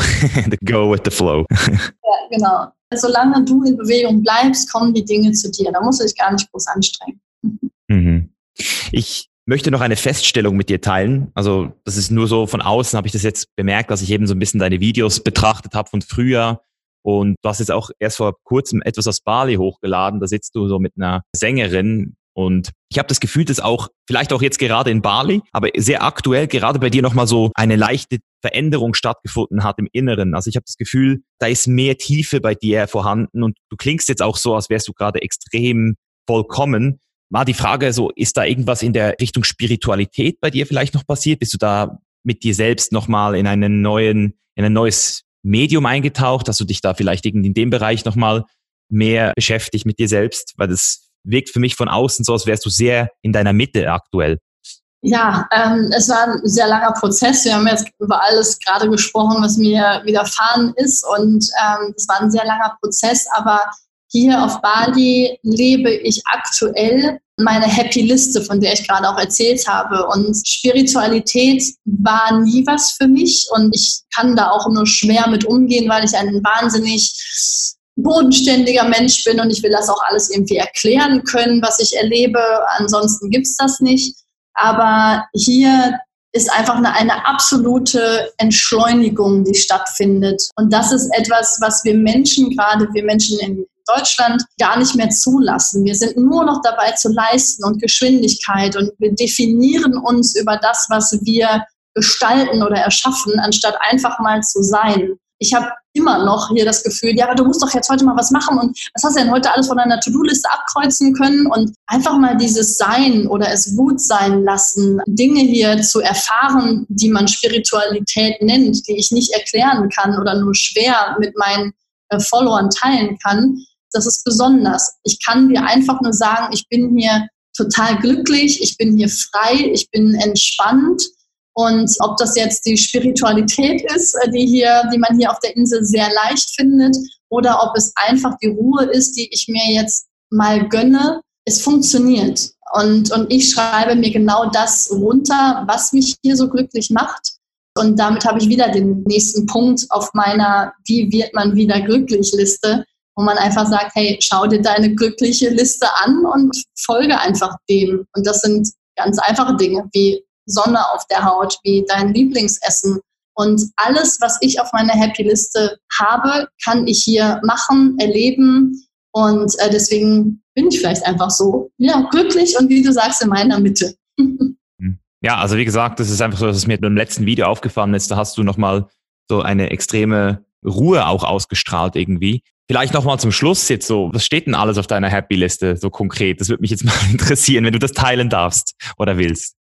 Go with the flow. Ja, genau. Solange du in Bewegung bleibst, kommen die Dinge zu dir. Da musst du dich gar nicht groß anstrengen. Mhm. Ich möchte noch eine Feststellung mit dir teilen. Also das ist nur so von außen, habe ich das jetzt bemerkt, dass ich eben so ein bisschen deine Videos betrachtet habe von früher. Und du hast jetzt auch erst vor kurzem etwas aus Bali hochgeladen. Da sitzt du so mit einer Sängerin. Und ich habe das Gefühl, dass auch, vielleicht auch jetzt gerade in Bali, aber sehr aktuell gerade bei dir nochmal so eine leichte Veränderung stattgefunden hat im Inneren. Also ich habe das Gefühl, da ist mehr Tiefe bei dir vorhanden und du klingst jetzt auch so, als wärst du gerade extrem vollkommen. War die Frage so, ist da irgendwas in der Richtung Spiritualität bei dir vielleicht noch passiert? Bist du da mit dir selbst nochmal in einen neuen, in ein neues Medium eingetaucht? Hast du dich da vielleicht irgendwie in dem Bereich nochmal mehr beschäftigt mit dir selbst? Weil das wirkt für mich von außen so, als wärst du sehr in deiner Mitte aktuell. Ja, ähm, es war ein sehr langer Prozess. Wir haben jetzt über alles gerade gesprochen, was mir widerfahren ist. Und ähm, es war ein sehr langer Prozess. Aber hier auf Bali lebe ich aktuell meine Happy-Liste, von der ich gerade auch erzählt habe. Und Spiritualität war nie was für mich. Und ich kann da auch nur schwer mit umgehen, weil ich ein wahnsinnig bodenständiger Mensch bin und ich will das auch alles irgendwie erklären können, was ich erlebe. Ansonsten gibt es das nicht. Aber hier ist einfach eine, eine absolute Entschleunigung, die stattfindet. Und das ist etwas, was wir Menschen, gerade wir Menschen in Deutschland, gar nicht mehr zulassen. Wir sind nur noch dabei zu leisten und Geschwindigkeit und wir definieren uns über das, was wir gestalten oder erschaffen, anstatt einfach mal zu sein. Ich habe immer noch hier das Gefühl, ja, aber du musst doch jetzt heute mal was machen und was hast du denn heute alles von deiner To-Do-Liste abkreuzen können und einfach mal dieses Sein oder es gut sein lassen, Dinge hier zu erfahren, die man Spiritualität nennt, die ich nicht erklären kann oder nur schwer mit meinen äh, Followern teilen kann, das ist besonders. Ich kann dir einfach nur sagen, ich bin hier total glücklich, ich bin hier frei, ich bin entspannt. Und ob das jetzt die Spiritualität ist, die hier, die man hier auf der Insel sehr leicht findet, oder ob es einfach die Ruhe ist, die ich mir jetzt mal gönne, es funktioniert. Und, und ich schreibe mir genau das runter, was mich hier so glücklich macht. Und damit habe ich wieder den nächsten Punkt auf meiner Wie wird man wieder glücklich Liste, wo man einfach sagt, hey, schau dir deine glückliche Liste an und folge einfach dem. Und das sind ganz einfache Dinge wie Sonne auf der Haut, wie dein Lieblingsessen. Und alles, was ich auf meiner Happy-Liste habe, kann ich hier machen, erleben. Und äh, deswegen bin ich vielleicht einfach so ja, glücklich und wie du sagst, in meiner Mitte. Ja, also wie gesagt, das ist einfach so, dass es mir beim letzten Video aufgefallen ist, da hast du nochmal so eine extreme Ruhe auch ausgestrahlt irgendwie. Vielleicht nochmal zum Schluss jetzt so, was steht denn alles auf deiner Happy-Liste so konkret? Das würde mich jetzt mal interessieren, wenn du das teilen darfst oder willst.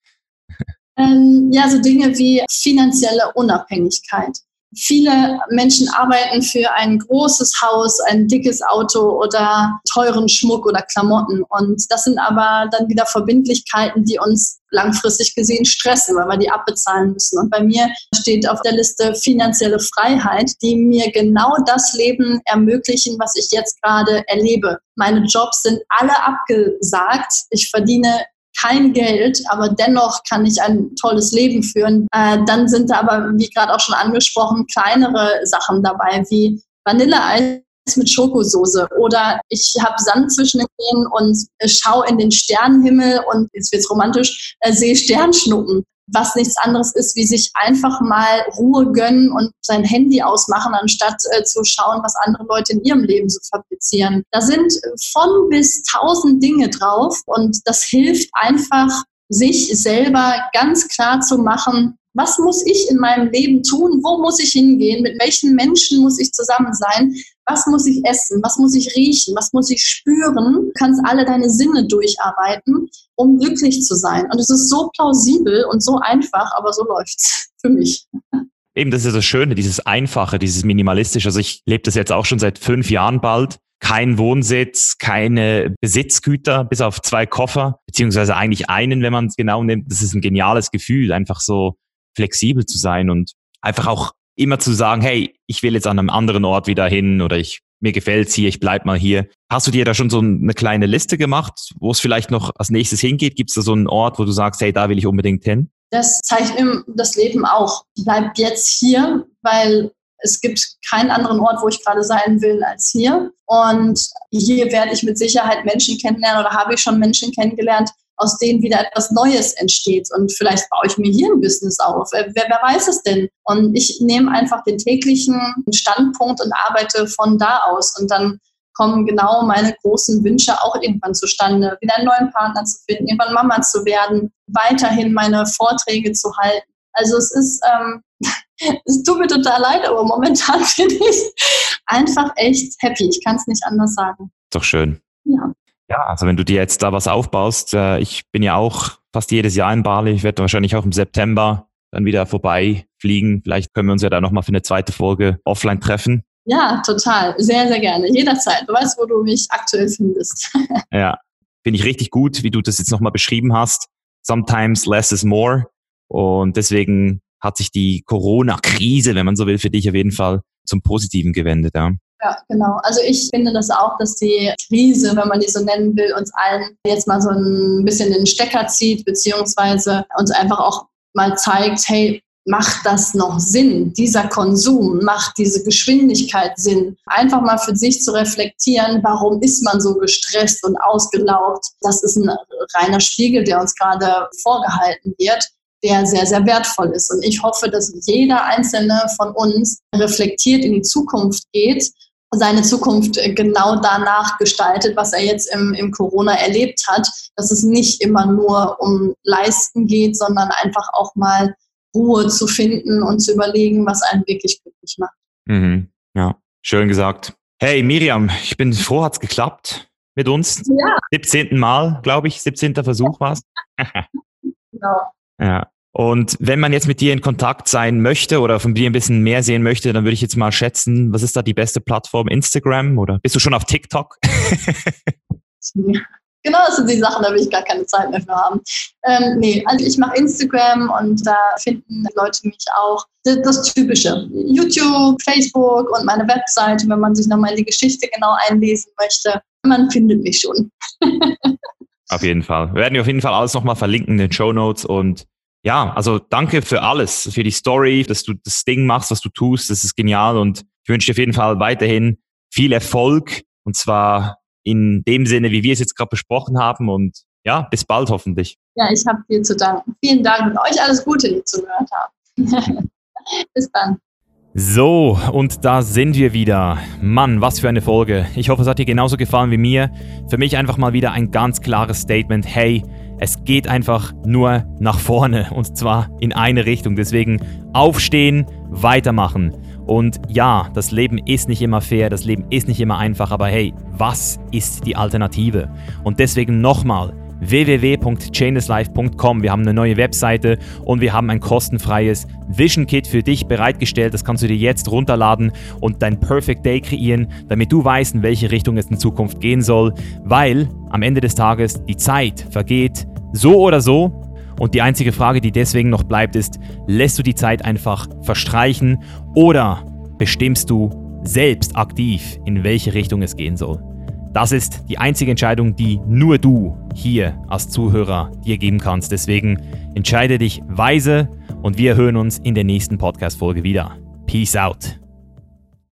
Ähm, ja, so Dinge wie finanzielle Unabhängigkeit. Viele Menschen arbeiten für ein großes Haus, ein dickes Auto oder teuren Schmuck oder Klamotten. Und das sind aber dann wieder Verbindlichkeiten, die uns langfristig gesehen stressen, weil wir die abbezahlen müssen. Und bei mir steht auf der Liste finanzielle Freiheit, die mir genau das Leben ermöglichen, was ich jetzt gerade erlebe. Meine Jobs sind alle abgesagt. Ich verdiene kein Geld, aber dennoch kann ich ein tolles Leben führen. Äh, dann sind da aber, wie gerade auch schon angesprochen, kleinere Sachen dabei, wie Vanilleeis mit Schokosoße oder ich habe Sand zwischen den Zähnen und äh, schaue in den Sternenhimmel und, jetzt wird's romantisch, äh, sehe Sternschnuppen, was nichts anderes ist, wie sich einfach mal Ruhe gönnen und sein Handy ausmachen, anstatt äh, zu schauen, was andere Leute in ihrem Leben so fabrizieren. Da sind von bis tausend Dinge drauf und das hilft einfach, sich selber ganz klar zu machen, was muss ich in meinem Leben tun, wo muss ich hingehen, mit welchen Menschen muss ich zusammen sein, was muss ich essen, was muss ich riechen, was muss ich spüren. Du kannst alle deine Sinne durcharbeiten, um glücklich zu sein. Und es ist so plausibel und so einfach, aber so läuft's für mich. Eben, das ist das Schöne, dieses Einfache, dieses Minimalistische. Also ich lebe das jetzt auch schon seit fünf Jahren bald. Kein Wohnsitz, keine Besitzgüter, bis auf zwei Koffer, beziehungsweise eigentlich einen, wenn man es genau nimmt. Das ist ein geniales Gefühl, einfach so flexibel zu sein und einfach auch immer zu sagen, hey, ich will jetzt an einem anderen Ort wieder hin oder ich, mir gefällt's hier, ich bleib mal hier. Hast du dir da schon so eine kleine Liste gemacht, wo es vielleicht noch als nächstes hingeht? Gibt es da so einen Ort, wo du sagst, hey, da will ich unbedingt hin? Das zeigt mir das Leben auch. Bleib jetzt hier, weil es gibt keinen anderen Ort, wo ich gerade sein will, als hier. Und hier werde ich mit Sicherheit Menschen kennenlernen oder habe ich schon Menschen kennengelernt, aus denen wieder etwas Neues entsteht. Und vielleicht baue ich mir hier ein Business auf. Wer, wer weiß es denn? Und ich nehme einfach den täglichen Standpunkt und arbeite von da aus. Und dann kommen genau meine großen Wünsche auch irgendwann zustande. Wieder einen neuen Partner zu finden, irgendwann Mama zu werden, weiterhin meine Vorträge zu halten. Also es ist, ähm, es tut mir total leid, aber momentan bin ich einfach echt happy. Ich kann es nicht anders sagen. Doch schön. Ja. Ja, also wenn du dir jetzt da was aufbaust, äh, ich bin ja auch fast jedes Jahr in Bali, ich werde wahrscheinlich auch im September dann wieder vorbeifliegen. Vielleicht können wir uns ja da nochmal für eine zweite Folge offline treffen. Ja, total. Sehr, sehr gerne. Jederzeit. Du weißt, wo du mich aktuell findest. Ja, finde ich richtig gut, wie du das jetzt nochmal beschrieben hast. Sometimes less is more. Und deswegen hat sich die Corona-Krise, wenn man so will, für dich auf jeden Fall zum Positiven gewendet, ja. Ja, genau. Also ich finde das auch, dass die Krise, wenn man die so nennen will, uns allen jetzt mal so ein bisschen den Stecker zieht, beziehungsweise uns einfach auch mal zeigt, hey, macht das noch Sinn? Dieser Konsum, macht diese Geschwindigkeit Sinn? Einfach mal für sich zu reflektieren, warum ist man so gestresst und ausgelaugt? Das ist ein reiner Spiegel, der uns gerade vorgehalten wird, der sehr, sehr wertvoll ist. Und ich hoffe, dass jeder Einzelne von uns reflektiert in die Zukunft geht, seine Zukunft genau danach gestaltet, was er jetzt im, im Corona erlebt hat, dass es nicht immer nur um Leisten geht, sondern einfach auch mal Ruhe zu finden und zu überlegen, was einen wirklich glücklich macht. Mhm. Ja, schön gesagt. Hey Miriam, ich bin froh, hat's geklappt mit uns. Ja. siebzehnten Mal, glaube ich, siebzehnter Versuch war's. Genau. Ja. Und wenn man jetzt mit dir in Kontakt sein möchte oder von dir ein bisschen mehr sehen möchte, dann würde ich jetzt mal schätzen, was ist da die beste Plattform? Instagram oder bist du schon auf TikTok? Genau, das sind die Sachen, da will ich gar keine Zeit mehr für haben. Ähm, nee, also ich mache Instagram und da finden Leute mich auch. Das, das Typische. YouTube, Facebook und meine Webseite, wenn man sich nochmal in die Geschichte genau einlesen möchte. Man findet mich schon. Auf jeden Fall. Wir werden dir auf jeden Fall alles nochmal verlinken in den Shownotes und ja, also danke für alles, für die Story, dass du das Ding machst, was du tust. Das ist genial und ich wünsche dir auf jeden Fall weiterhin viel Erfolg und zwar in dem Sinne, wie wir es jetzt gerade besprochen haben und ja, bis bald hoffentlich. Ja, ich habe dir zu danken. Vielen Dank und euch alles Gute, die zugehört haben. Bis dann. So, und da sind wir wieder. Mann, was für eine Folge. Ich hoffe, es hat dir genauso gefallen wie mir. Für mich einfach mal wieder ein ganz klares Statement. Hey, es geht einfach nur nach vorne und zwar in eine Richtung. Deswegen aufstehen, weitermachen. Und ja, das Leben ist nicht immer fair, das Leben ist nicht immer einfach, aber hey, was ist die Alternative? Und deswegen nochmal, w w w punkt chainless life punkt com. Wir haben eine neue Webseite und wir haben ein kostenfreies Vision Kit für dich bereitgestellt. Das kannst du dir jetzt runterladen und dein Perfect Day kreieren, damit du weißt, in welche Richtung es in Zukunft gehen soll, weil am Ende des Tages die Zeit vergeht so oder so. Und die einzige Frage, die deswegen noch bleibt, ist, lässt du die Zeit einfach verstreichen oder bestimmst du selbst aktiv, in welche Richtung es gehen soll? Das ist die einzige Entscheidung, die nur du hier als Zuhörer dir geben kannst. Deswegen entscheide dich weise und wir hören uns in der nächsten Podcast-Folge wieder. Peace out.